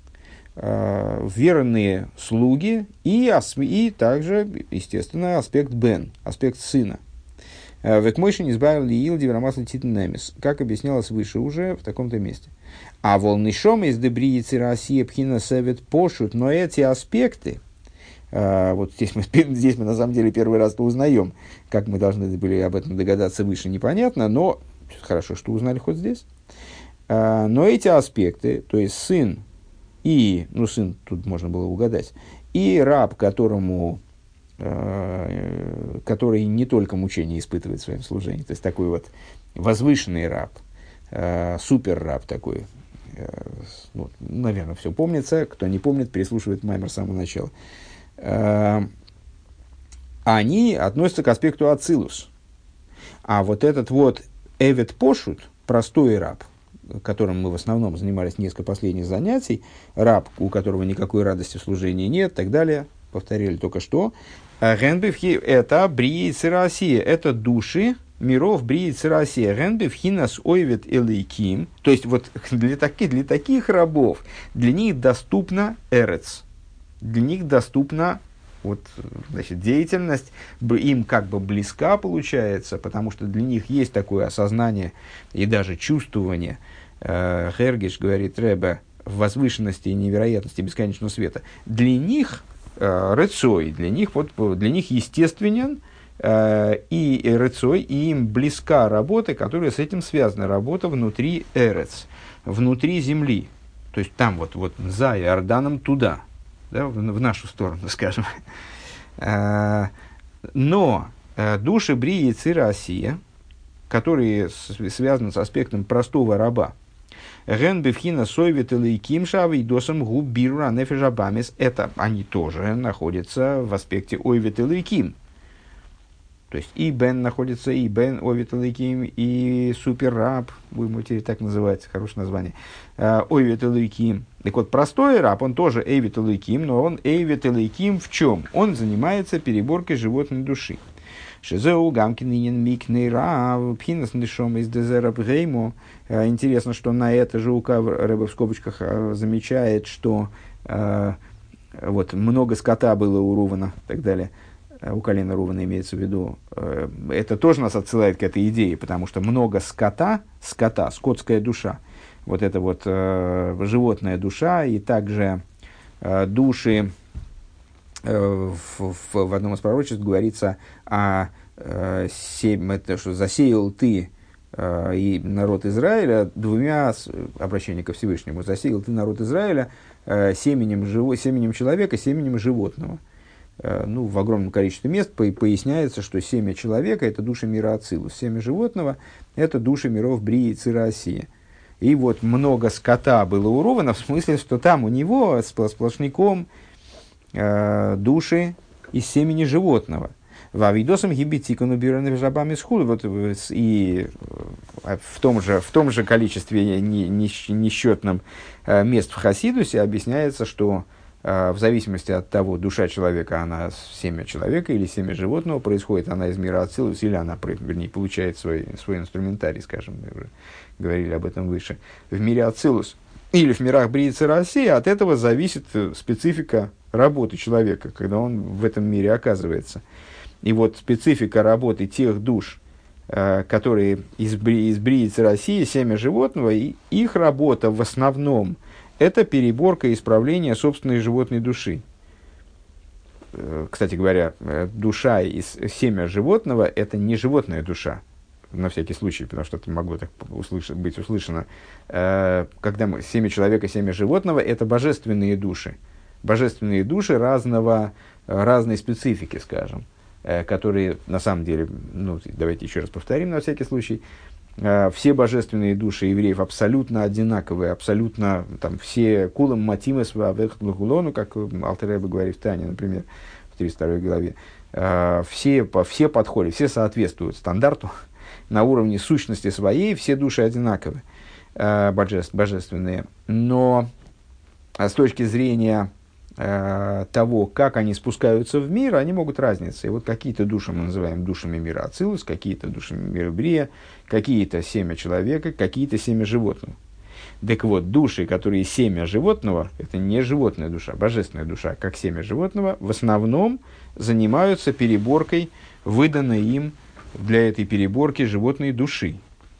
верные слуги и, и также, естественно, аспект Бен, аспект сына. Векмойшин избавил ли Илди Врамасл Титнемис, как объяснялось выше уже в таком-то месте. А волнышом из Дебриицы Россия Пхина Севет Пошут, но эти аспекты, вот здесь мы, здесь мы на самом деле первый раз это узнаем, как мы должны были об этом догадаться выше, непонятно, но хорошо, что узнали хоть здесь. Но эти аспекты, то есть сын и, ну сын тут можно было угадать, и раб, которому, который не только мучения испытывает в своем служении, то есть такой вот возвышенный раб, супер раб такой, ну, наверное, все помнится, кто не помнит, переслушивает Маймер с самого начала. Они относятся к аспекту ацилус. А вот этот вот эвет пошут, простой раб, которым мы в основном занимались несколько последних занятий, раб, у которого никакой радости в служении нет, и так далее, повторили только что, Генбифхи – это бриицы Россия, это души миров бриицы Россия. Генбифхинас ойвет элейким, то есть вот для таких, для таких рабов, для них доступна эрец. Для них доступна вот, значит, деятельность, им как бы близка получается, потому что для них есть такое осознание и даже чувствование, э, Хергиш, говорит Ребе, возвышенности и невероятности бесконечного света. Для них э, рецой, для них, вот, для них естественен э, и рецой, и им близка работа, которая с этим связана, работа внутри эрец, внутри земли, то есть там вот, вот за Иорданом туда. Да, в, в нашу сторону, скажем. Но души Брии и Цира Осия, которые связаны с аспектом простого раба, Ген Бевхина Сойвет или Кимшав и Досам Губира Нефежабамис, это они тоже находятся в аспекте Ойвет или Ким. То есть и Бен находится, и Бен, Ойвет или Ким, и Суперраб, будем его теперь так называть, хорошее название, Ойвет или Ким. Так вот, простой раб, он тоже Эйвет Элейким, но он Эйвет Элейким в чем? Он занимается переборкой животной души. Шизеу гамкин инин микней рав, пхинас нишом из дезера бгеймо. Интересно, что на это же Укав Рэбе в скобочках замечает, что э, вот, много скота было у Рувана и так далее. У колена Рувана имеется в виду. Э, это тоже нас отсылает к этой идее, потому что много скота, скота, скотская душа. Вот это вот э, животная душа, и также э, души, э, в, в, в одном из пророчеств говорится о э, семь, это, что засеял ты э, и народ Израиля двумя, обращение ко Всевышнему, засеял ты народ Израиля э, семенем, живо, семенем человека, семенем животного. Э, ну, в огромном количестве мест по, поясняется, что семя человека – это души мира Ацилус, семя животного – это души миров Брии и Цира Осия. И вот много скота было у Рувана, в смысле, что там у него сплошняком э, души из семени животного. Вавидосом гибитикону бираны жабами схуд. Вот и в том же, в том же количестве несчетном э, мест в Хасидусе объясняется, что э, в зависимости от того, душа человека, она семя человека или семя животного, происходит она из мира Ацилус, или она, вернее, получает свой, свой инструментарий, скажем, говорили об этом выше, в мире Ацилус или в мирах Брии и Цира Осия, от этого зависит специфика работы человека, когда он в этом мире оказывается. И вот специфика работы тех душ, э, которые из, из Брии и Цира Осия, семя животного, и их работа в основном это переборка и исправление собственной животной души. Э, кстати говоря, душа из семя животного – это не животная душа, на всякий случай, потому что это могло так услыш- быть услышано. Э, когда мы, семя человека, семя животного – это божественные души. Божественные души разного, разной специфики, скажем, э, которые, на самом деле, ну, давайте еще раз повторим на всякий случай, э, все божественные души евреев абсолютно одинаковые, абсолютно, там, все кулам матимес вавехтлахулону, как Алтер Ребе говорит в Тане, например, в тридцать второй главе, э, все, по, все подходят, все соответствуют стандарту, на уровне сущности своей все души одинаковы. э, божеств, божественные, но с точки зрения э, того, как они спускаются в мир, они могут разниться. И вот какие-то души мы называем душами мира Ацилус, какие-то душами мира Брия, какие-то семя человека, какие-то семя животного. Так вот, души, которые семя животного, это не животная душа, божественная душа, как семя животного, в основном занимаются переборкой выданной им для этой переборки животной души.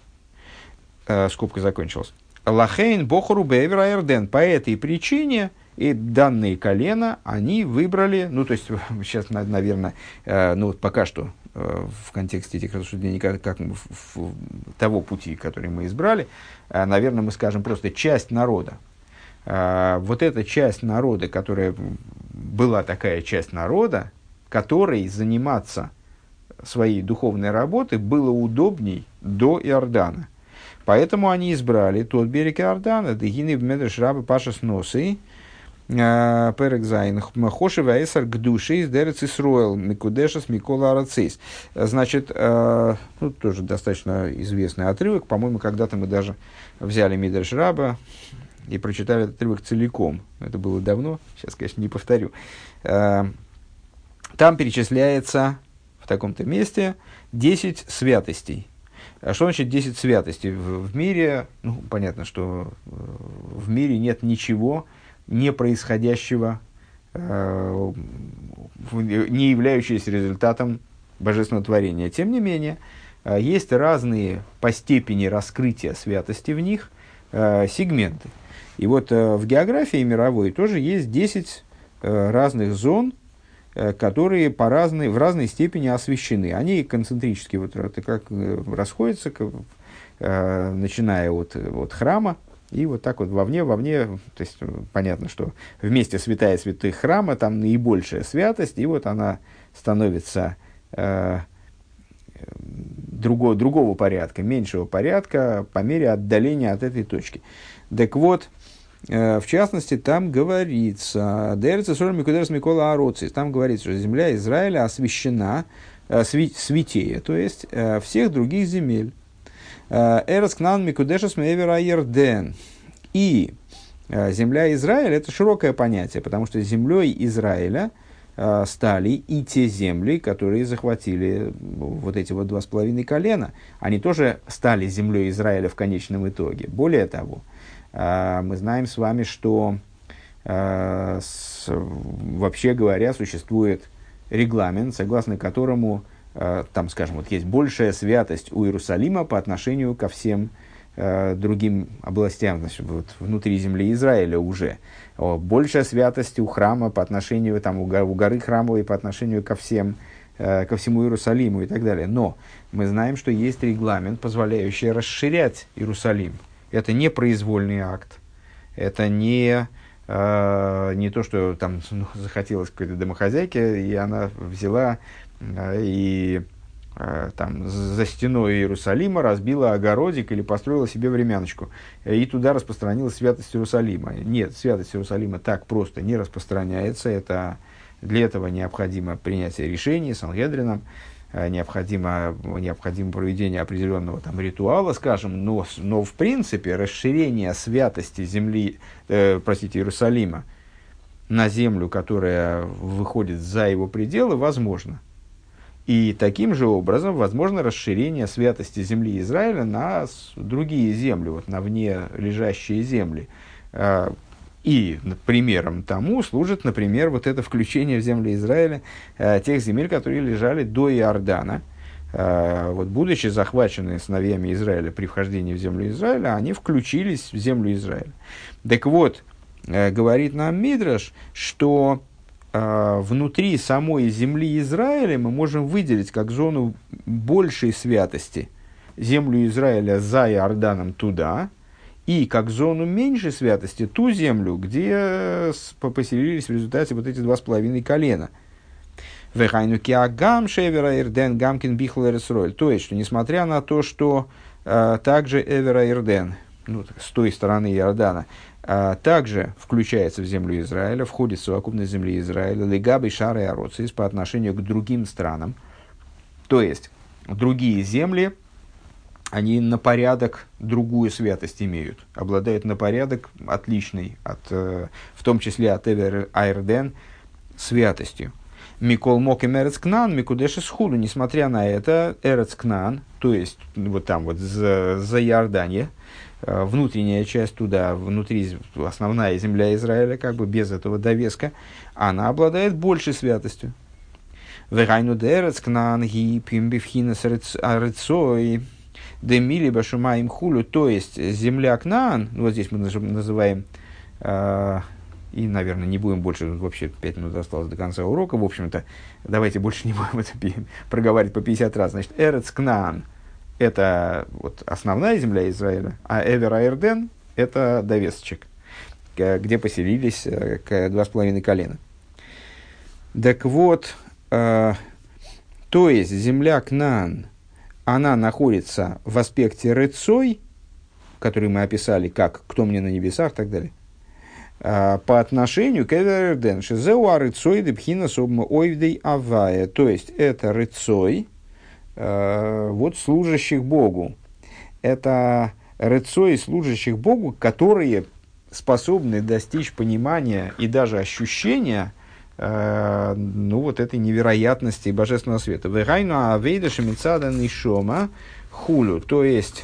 Э, скобка закончилась. Лахейн бохору бевера эрден. По этой причине и данные колена они выбрали, ну, то есть, сейчас, наверное, э, ну, вот пока что э, в контексте этих рассуждений, как, как в, в, того пути, который мы избрали, э, наверное, мы скажем просто часть народа. Э, вот эта часть народа, которая была такая часть народа, которой заниматься своей духовной работой было удобней до Иордана. Поэтому они избрали тот берег Иордана, Дегины в Медреш Рабы Паша с Носы, Перекзайн, Хошева Эсар Гдуши из Дерец Исруэл, Микудешас Микола Арацис. Значит, ну, тоже достаточно известный отрывок. По-моему, когда-то мы даже взяли Медреш Раба и прочитали этот отрывок целиком. Это было давно, сейчас, конечно, не повторю. Там перечисляется в таком-то месте десять святостей. Что значит десять святостей? В, в мире, ну, понятно, что в мире нет ничего, не происходящего, э, не являющегося результатом божественного творения. Тем не менее, э, есть разные по степени раскрытия святости в них э, сегменты. И вот э, в географии мировой тоже есть десять э, разных зон, которые по разной, в разной степени освещены. Они концентрически вот, как расходятся, как, э, начиная от, от храма, и вот так вот вовне, вовне, то есть понятно, что вместе святая святых храма, там наибольшая святость, и вот она становится э, друго, другого порядка, меньшего порядка по мере отдаления от этой точки. Так вот, в частности, там говорится, там говорится, что земля Израиля освящена, святее, то есть всех других земель. Эрцкнан Микудешас Мевера Ерден. И земля Израиля — это широкое понятие, потому что землей Израиля стали и те земли, которые захватили вот эти вот два с половиной колена. Они тоже стали землей Израиля в конечном итоге. Более того, мы знаем с вами, что, с, вообще говоря, существует регламент, согласно которому, там, скажем, вот есть большая святость у Иерусалима по отношению ко всем другим областям, значит, вот, внутри земли Израиля уже. Большая святость у храма по отношению, там, у, у горы храмовой по отношению ко всем, ко всему Иерусалиму и так далее. Но мы знаем, что есть регламент, позволяющий расширять Иерусалим. Это не произвольный акт, это не, э, не то, что там ну, захотелось какой-то домохозяйке, и она взяла э, и э, там, за стеной Иерусалима разбила огородик или построила себе времяночку, и туда распространилась святость Иерусалима. Нет, святость Иерусалима так просто не распространяется, это, для этого необходимо принятие решений Сангедрином, Необходимо, необходимо проведение определенного там, ритуала, скажем, но, но в принципе расширение святости земли, э, простите, Иерусалима на землю, которая выходит за его пределы, возможно. И таким же образом возможно расширение святости земли Израиля на другие земли, вот, на вне лежащие земли. И примером тому служит, например, вот это включение в земли Израиля э, тех земель, которые лежали до Иордана. Э, вот, будучи захвачены сыновьями Израиля при вхождении в землю Израиля, они включились в землю Израиля. Так вот, э, говорит нам Мидраш, что э, внутри самой земли Израиля мы можем выделить как зону большей святости землю Израиля за Иорданом туда, и как зону меньшей святости ту землю, где поселились в результате вот эти два с половиной колена. То есть, что несмотря на то, что э, также Эвера Ирден, ну, с той стороны Иордана, э, также включается в землю Израиля, входит в совокупность земли Израиля, легабы шары ароцис по отношению к другим странам, то есть другие земли, они на порядок другую святость имеют, обладают на порядок отличной, от, э, в том числе от Эвер Айрден, святостью. Микол мок и Эрец Кнаан, Микудеши схуду, несмотря на это, Эрец Кнаан, то есть вот там вот за, за Иорданье, э, внутренняя часть туда, внутри основная земля Израиля, как бы без этого довеска, она обладает большей святостью. Вегайну де Эрец Кнаан ги пимбивхинес Арецой, демили башумаим хулю, то есть земля Кнаан, вот здесь мы называем, э, и, наверное, не будем больше, вообще пять минут осталось до конца урока, в общем-то, давайте больше не будем это проговаривать по пятьдесят раз. Значит, Эрец Кнаан – это вот основная земля Израиля, а Эвер Айрден – это довесочек, где поселились два с половиной колена. Так вот, э, то есть земля Кнаан, она находится в аспекте Рецой, который мы описали как «кто мне на небесах» и так далее, по отношению к Эвер Айрден. Шизеуа Рецой депхина собма ойвдей авая. То есть, это Рецой, вот служащих Богу. Это Рецой служащих Богу, которые способны достичь понимания и даже ощущения ну, вот этой невероятности божественного света. Вегайну авейда шемицада нишома хулю. То есть,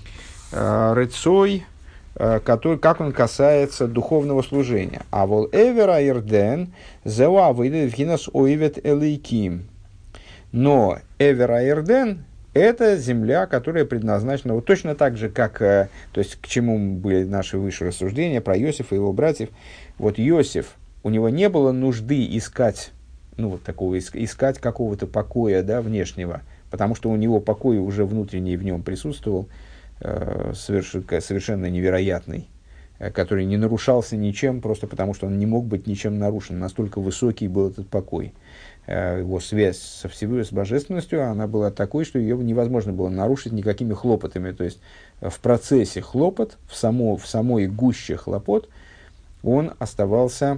Рецой, который, как он касается духовного служения. А вол эвер айрден зеуа авейда вхинас ойвет элейким. Но эвер айрден – это земля, которая предназначена вот точно так же, как, то есть, к чему были наши высшие рассуждения про Иосифа и его братьев. Вот Иосиф, у него не было нужды искать, ну, вот такого, искать какого-то покоя, да, внешнего, потому что у него покой уже внутренний в нем присутствовал, э, соверш- совершенно невероятный, э, который не нарушался ничем, просто потому что он не мог быть ничем нарушен. Настолько высокий был этот покой. Э, его связь со Всевышним, с божественностью, она была такой, что ее невозможно было нарушить никакими хлопотами. То есть, в процессе хлопот, в, само, в самой гуще хлопот, он оставался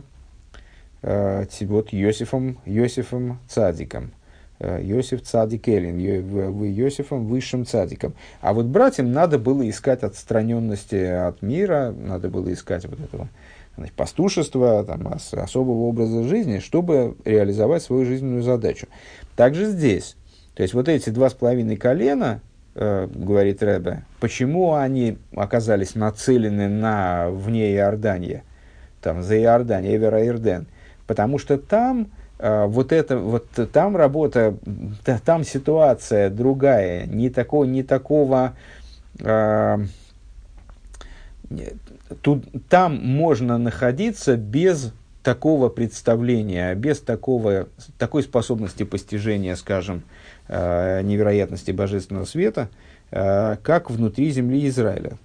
вот Йосифом, Йосифом Цадиком, Йосиф Цадик Элин, Йосифом высшим Цадиком. А вот братьям надо было искать отстраненности от мира, надо было искать вот этого, значит, пастушества, там, ос- особого образа жизни, чтобы реализовать свою жизненную задачу. Также здесь, то есть вот эти два с половиной колена, э, говорит Ребе, почему они оказались нацелены на вне Иорданья, там, за Иордания, Эвер Айрден? Потому что там, э, вот это, вот, там работа, та, там ситуация другая, не такого, не такого э, тут, там можно находиться без такого представления, без такого, такой способности постижения, скажем, э, невероятности божественного света, э, как внутри земли Израиля.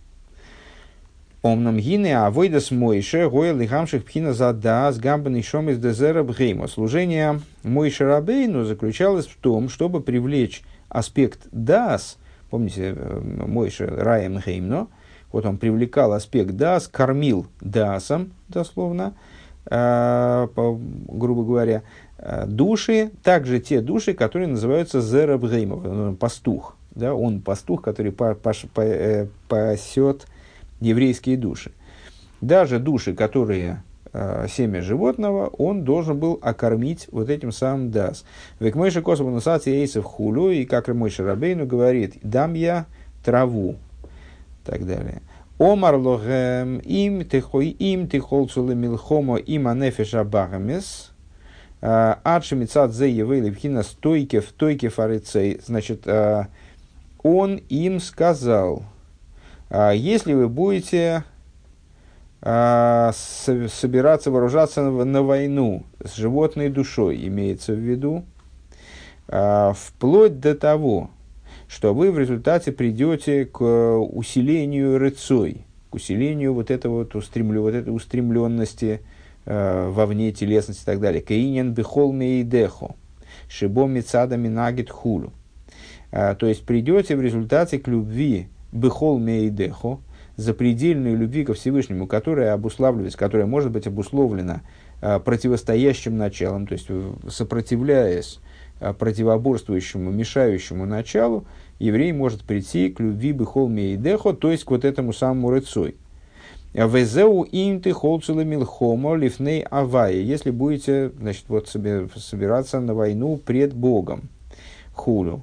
Омнам гине авойдас Мойше гойл и гамших пхина задас гамбан ишом из дезера бхейма. Служение Мойше Рабейну заключалось в том, чтобы привлечь аспект дас. Помните, Мойше раем геймно. Вот он привлекал аспект дас, кормил дасом, дословно, э, по, грубо говоря, э, души, также те души, которые называются зера бхейма, пастух. Да, он пастух, который па, паш, па, э, пасет еврейские души. Даже души, которые э, семя животного, он должен был окормить вот этим самым дас. Век Мойше Косову Нусати Эйсов Хулю, и как Мойше Рабейну говорит, дам я траву, и так далее. Омар лохем им тихой им тихолцулы милхомо им анефеш абагамес, адшемицат зе евейли вхина стойкев стойкев арицей. Значит, э, он им сказал: если вы будете а, с, собираться вооружаться на, на войну с животной душой, имеется в виду, а, вплоть до того, что вы в результате придете к усилению рыцой, к усилению вот, этого, вот, устремлю, вот этой устремленности а, вовне, телесности и так далее. Каинен бихол мейдехо, шибом мицада минагит хулу. То есть придете в результате к любви бехол мейдехо, запредельной любви ко Всевышнему, которая обуславливается, которая может быть обусловлена а, противостоящим началом, то есть сопротивляясь а, противоборствующему, мешающему началу, еврей может прийти к любви бихол мейдехо, то есть к вот этому самому рыцой. Везеу им ты холцела милхомо лифней авае. Если будете, значит, вот себе собираться на войну пред Богом. Хулю.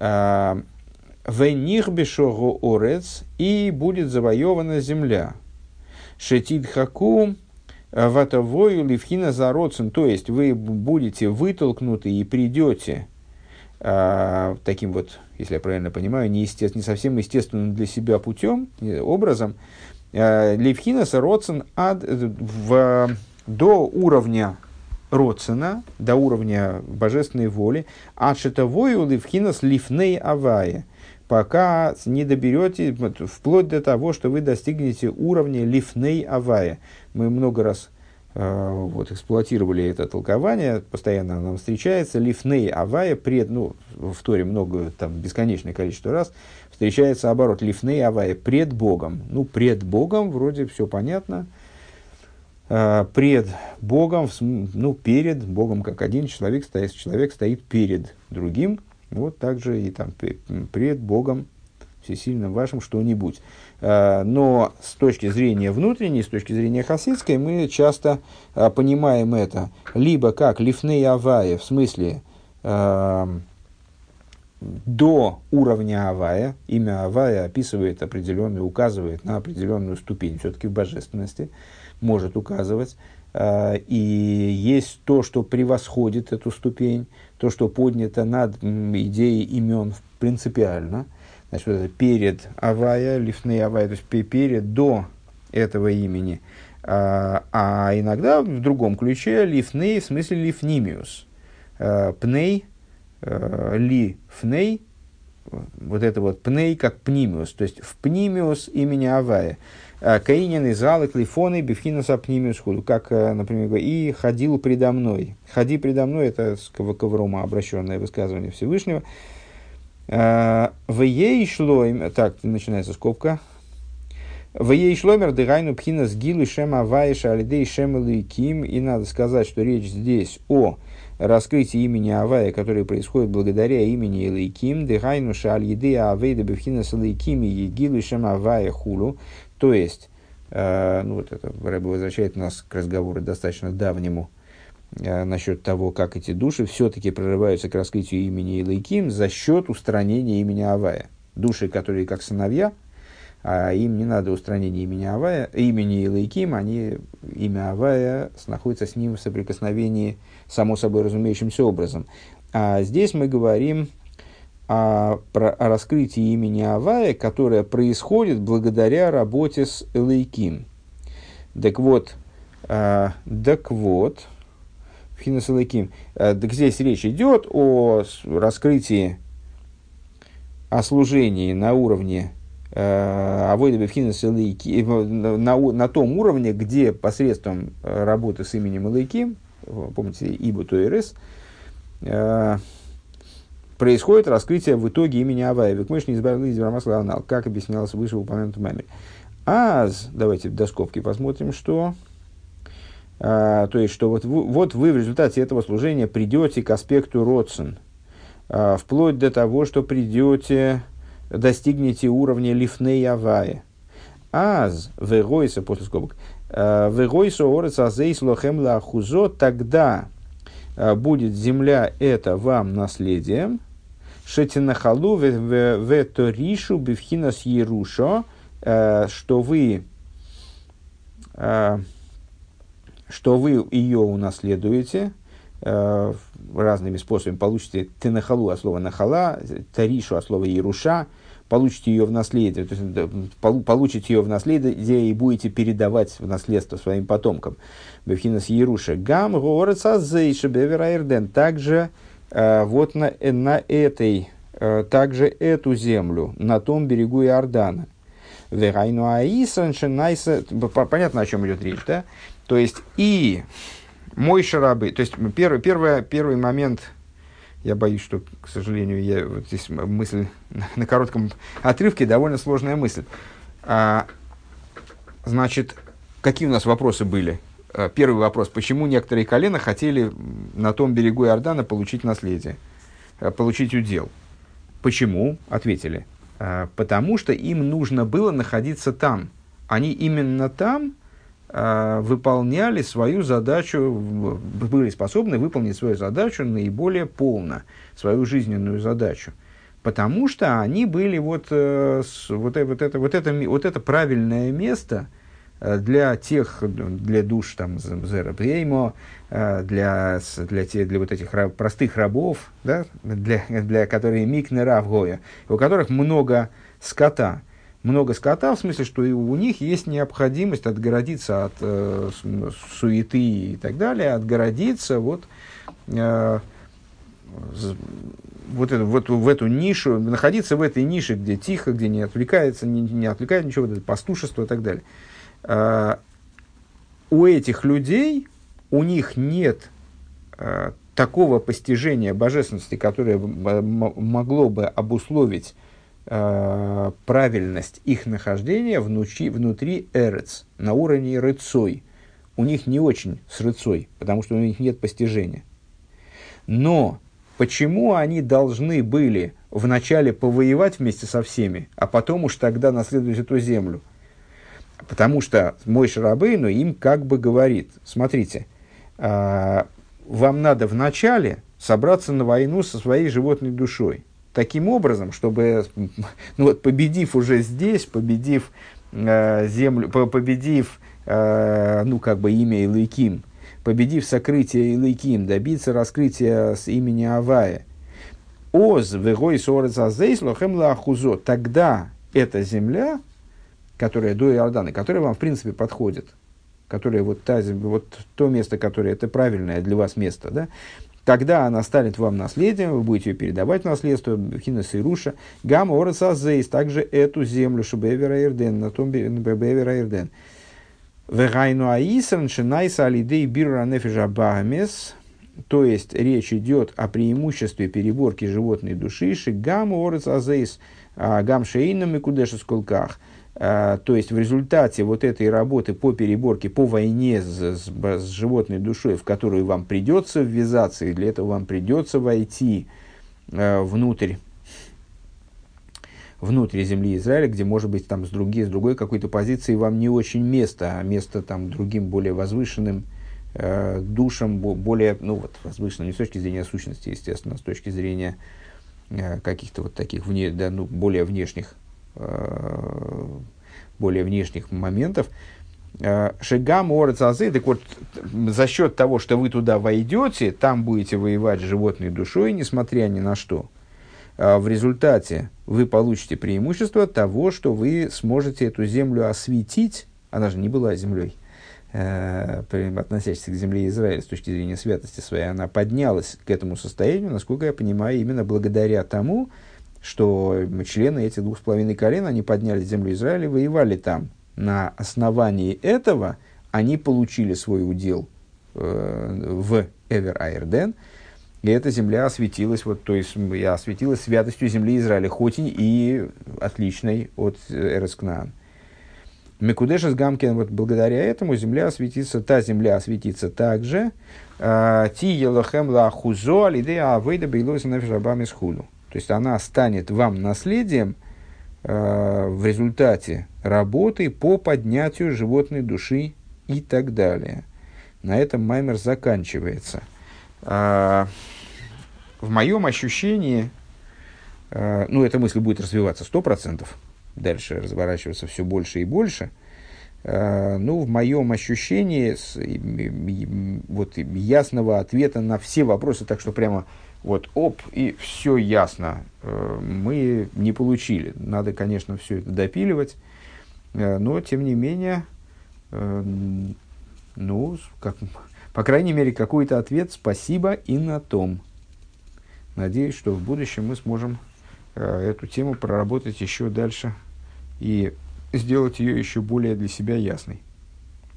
Вених бешого орец, и будет завоевана земля. Шетид хаку ватавою ливхина зароцен, то есть вы будете вытолкнуты и придете а, таким вот, если я правильно понимаю, не, есте, не совсем естественным для себя путем, образом, а, ливхина зароцен ад, в, до уровня роцена, до уровня божественной воли, а шетавою ливхинас лифней авае, пока не доберете, вплоть до того, что вы достигнете уровня лифней авая. Мы много раз э, вот, эксплуатировали это толкование, постоянно оно нам встречается. Лифней авая, пред, ну, в Торе много, там, бесконечное количество раз, встречается оборот лифней авая, пред Богом. Ну, пред Богом, вроде все понятно. Э, пред Богом, ну, перед Богом, как один человек стоит, человек стоит перед другим. Вот так же и там пред Богом всесильным вашим что-нибудь. Но с точки зрения внутренней, с точки зрения хасидской, мы часто понимаем это либо как лифней авая, в смысле до уровня авая. Имя авая описывает определенную, указывает на определенную ступень, все-таки в божественности может указывать. И есть то, что превосходит эту ступень, то, что поднято над идеей имен принципиально. Значит, вот это перед авая, лифней авая, то есть перед, до этого имени. А, а иногда в другом ключе лифней, в смысле лифнимиус. Пней, лифней, вот это вот пней как пнимиус, то есть в пнимиус имени авая. Каинин из залы клифоны бифхинаса пнимиус худу, как, например, и ходил предо мной. Ходи предо мной, это к Аврома обращенное высказывание Всевышнего. В ей шло, так, начинается скобка. В ей шломер дыгайну пхинас гилу шем аваиша алидей шем лейким. И надо сказать, что речь здесь о раскрытии имени Авая, которое происходит благодаря имени Элейким. Дыгайну шалидей авейда бифхинас лейким и гилу шем авая хулу. То есть, э, ну вот это Рэбе возвращает нас к разговору достаточно давнему э, насчет того, как эти души все-таки прорываются к раскрытию имени Элейким за счет устранения имени Авая. Души, которые как сыновья, а им не надо устранения имени Авая, имени Элейким, они, имя Авая находится с ним в соприкосновении само собой разумеющимся образом. А здесь мы говорим О, про, о раскрытии имени Авая, которое происходит благодаря работе с Элейким. Так вот, э, так вот, Финас Элейким, э, так здесь речь идет о раскрытии, о служении на уровне Авойда Бефхинас Элейким, на, на том уровне, где посредством работы с именем Элейким, помните, Ибо Туэрес, э, происходит раскрытие в итоге имени Авая. Векмыш не избавил из Брамасла Анал, как объяснялось выше в упомянутом мемре. Аз, давайте до скобки посмотрим, что... А, то есть, что вот, вот вы в результате этого служения придете к аспекту Родсен, а, вплоть до того, что придете, достигнете уровня Лифней Авая. Аз, вегойса, после скобок, вегойса орец азейс лохем лахузо, тогда будет земля это вам наследием, шетинахалу в торишу бифхинас ерушо, что вы, что вы ее унаследуете разными способами, получите тенахалу от слова нахала, торишу от слова еруша, получите ее в наследие, то есть получите ее в наследие и будете передавать в наследство своим потомкам. Бефхинас Еруша. Гам горца зейша бевераерден. Также э, вот на, на этой, э, также эту землю, на том берегу Иордана. Верайну аисан шенайса. Понятно, о чем идет речь, да? То есть, и мой шарабы, то есть, первый, первый, первый момент, я боюсь, что, к сожалению, я, вот здесь мысль на коротком отрывке, довольно сложная мысль. А, значит, какие у нас вопросы были? Первый вопрос. Почему некоторые колена хотели на том берегу Иордана получить наследие, получить удел? Почему? Ответили. Э, потому что им нужно было находиться там. Они именно там э, выполняли свою задачу, были способны выполнить свою задачу наиболее полно, свою жизненную задачу. Потому что они были вот, э, с, вот, вот, это, вот, это, вот это правильное место для тех, для душ, там, зерабреймо, для, для, те, для вот этих раб, простых рабов, да, для, для которых микне равгоя, у которых много скота. Много скота, в смысле, что и у них есть необходимость отгородиться от э, суеты и так далее, отгородиться вот, э, вот, это, вот в эту нишу, находиться в этой нише, где тихо, где не отвлекается, не, не отвлекает ничего, вот это пастушество и так далее. Uh, у этих людей, у них нет uh, такого постижения божественности, которое м- могло бы обусловить uh, правильность их нахождения внутри, внутри эрец, на уровне рыцой. У них не очень с рыцой, потому что у них нет постижения. Но почему они должны были вначале повоевать вместе со всеми, а потом уж тогда наследовать эту землю? Потому что Мойше Рабейну им как бы говорит: смотрите, э, вам надо вначале собраться на войну со своей животной душой. Таким образом, чтобы, ну вот, победив уже здесь, победив э, землю, победив, э, ну, как бы имя Илайким, победив сокрытие Илайким, добиться раскрытия с имени Авая, Оз, вегой сорец азейс, лохем лахузо, тогда эта земля, которая до Иордана, которая вам, в принципе, подходит, которая вот, та, вот то место, которое это правильное для вас место, да, тогда она станет вам наследием, вы будете ее передавать в наследство, хинес и руша, гамма ораса зейс, также эту землю, чтобы эвера ирден, на том эвера ирден. Вегайну аисран шинайса алидей бирра нефежа багамес, то есть речь идет о преимуществе переборки животной души, ши гамма ораса зейс, гам шейнам и кудеша сколках. Uh, то есть в результате вот этой работы по переборке, по войне с, с, с животной душой, в которую вам придется ввязаться, и для этого вам придется войти uh, внутрь, внутрь земли Израиля, где, может быть, там с, другой, с другой какой-то позиции вам не очень место, а место там другим более возвышенным uh, душам, более, ну вот, возвышенным не с точки зрения сущности, естественно, а с точки зрения uh, каких-то вот таких вне, да, ну, более внешних более внешних моментов. Шигам орцазы, так вот, за счет того, что вы туда войдете, там будете воевать с животной душой, несмотря ни на что, в результате вы получите преимущество того, что вы сможете эту землю осветить, она же не была землей, относящейся к земле Израиля с точки зрения святости своей, она поднялась к этому состоянию, насколько я понимаю, именно благодаря тому, что члены этих двух с половиной колен, они поднялись в землю Израиля и воевали там. На основании этого они получили свой удел э, в Эвер-Айрден, и эта земля осветилась, вот, то есть осветилась святостью земли Израиля, хоть и отличной от Эрец Кнаан. Мекудешес Гамкин, вот благодаря этому земля осветится, та земля осветится также. Ти елохем ла хузо алидея авейда бейлоса нефешабами схуду. То есть она станет вам наследием э, в результате работы по поднятию животной души и так далее. На этом маймер заканчивается. Э, в моем ощущении, э, ну, эта мысль будет развиваться сто процентов, дальше разворачиваться все больше и больше. Э, ну, в моем ощущении, с, и, и, вот, ясного ответа на все вопросы, так что прямо вот, оп, и все ясно, мы не получили. Надо, конечно, все это допиливать, но, тем не менее, ну, как, по крайней мере, какой-то ответ спасибо и на том. Надеюсь, что в будущем мы сможем эту тему проработать еще дальше и сделать ее еще более для себя ясной.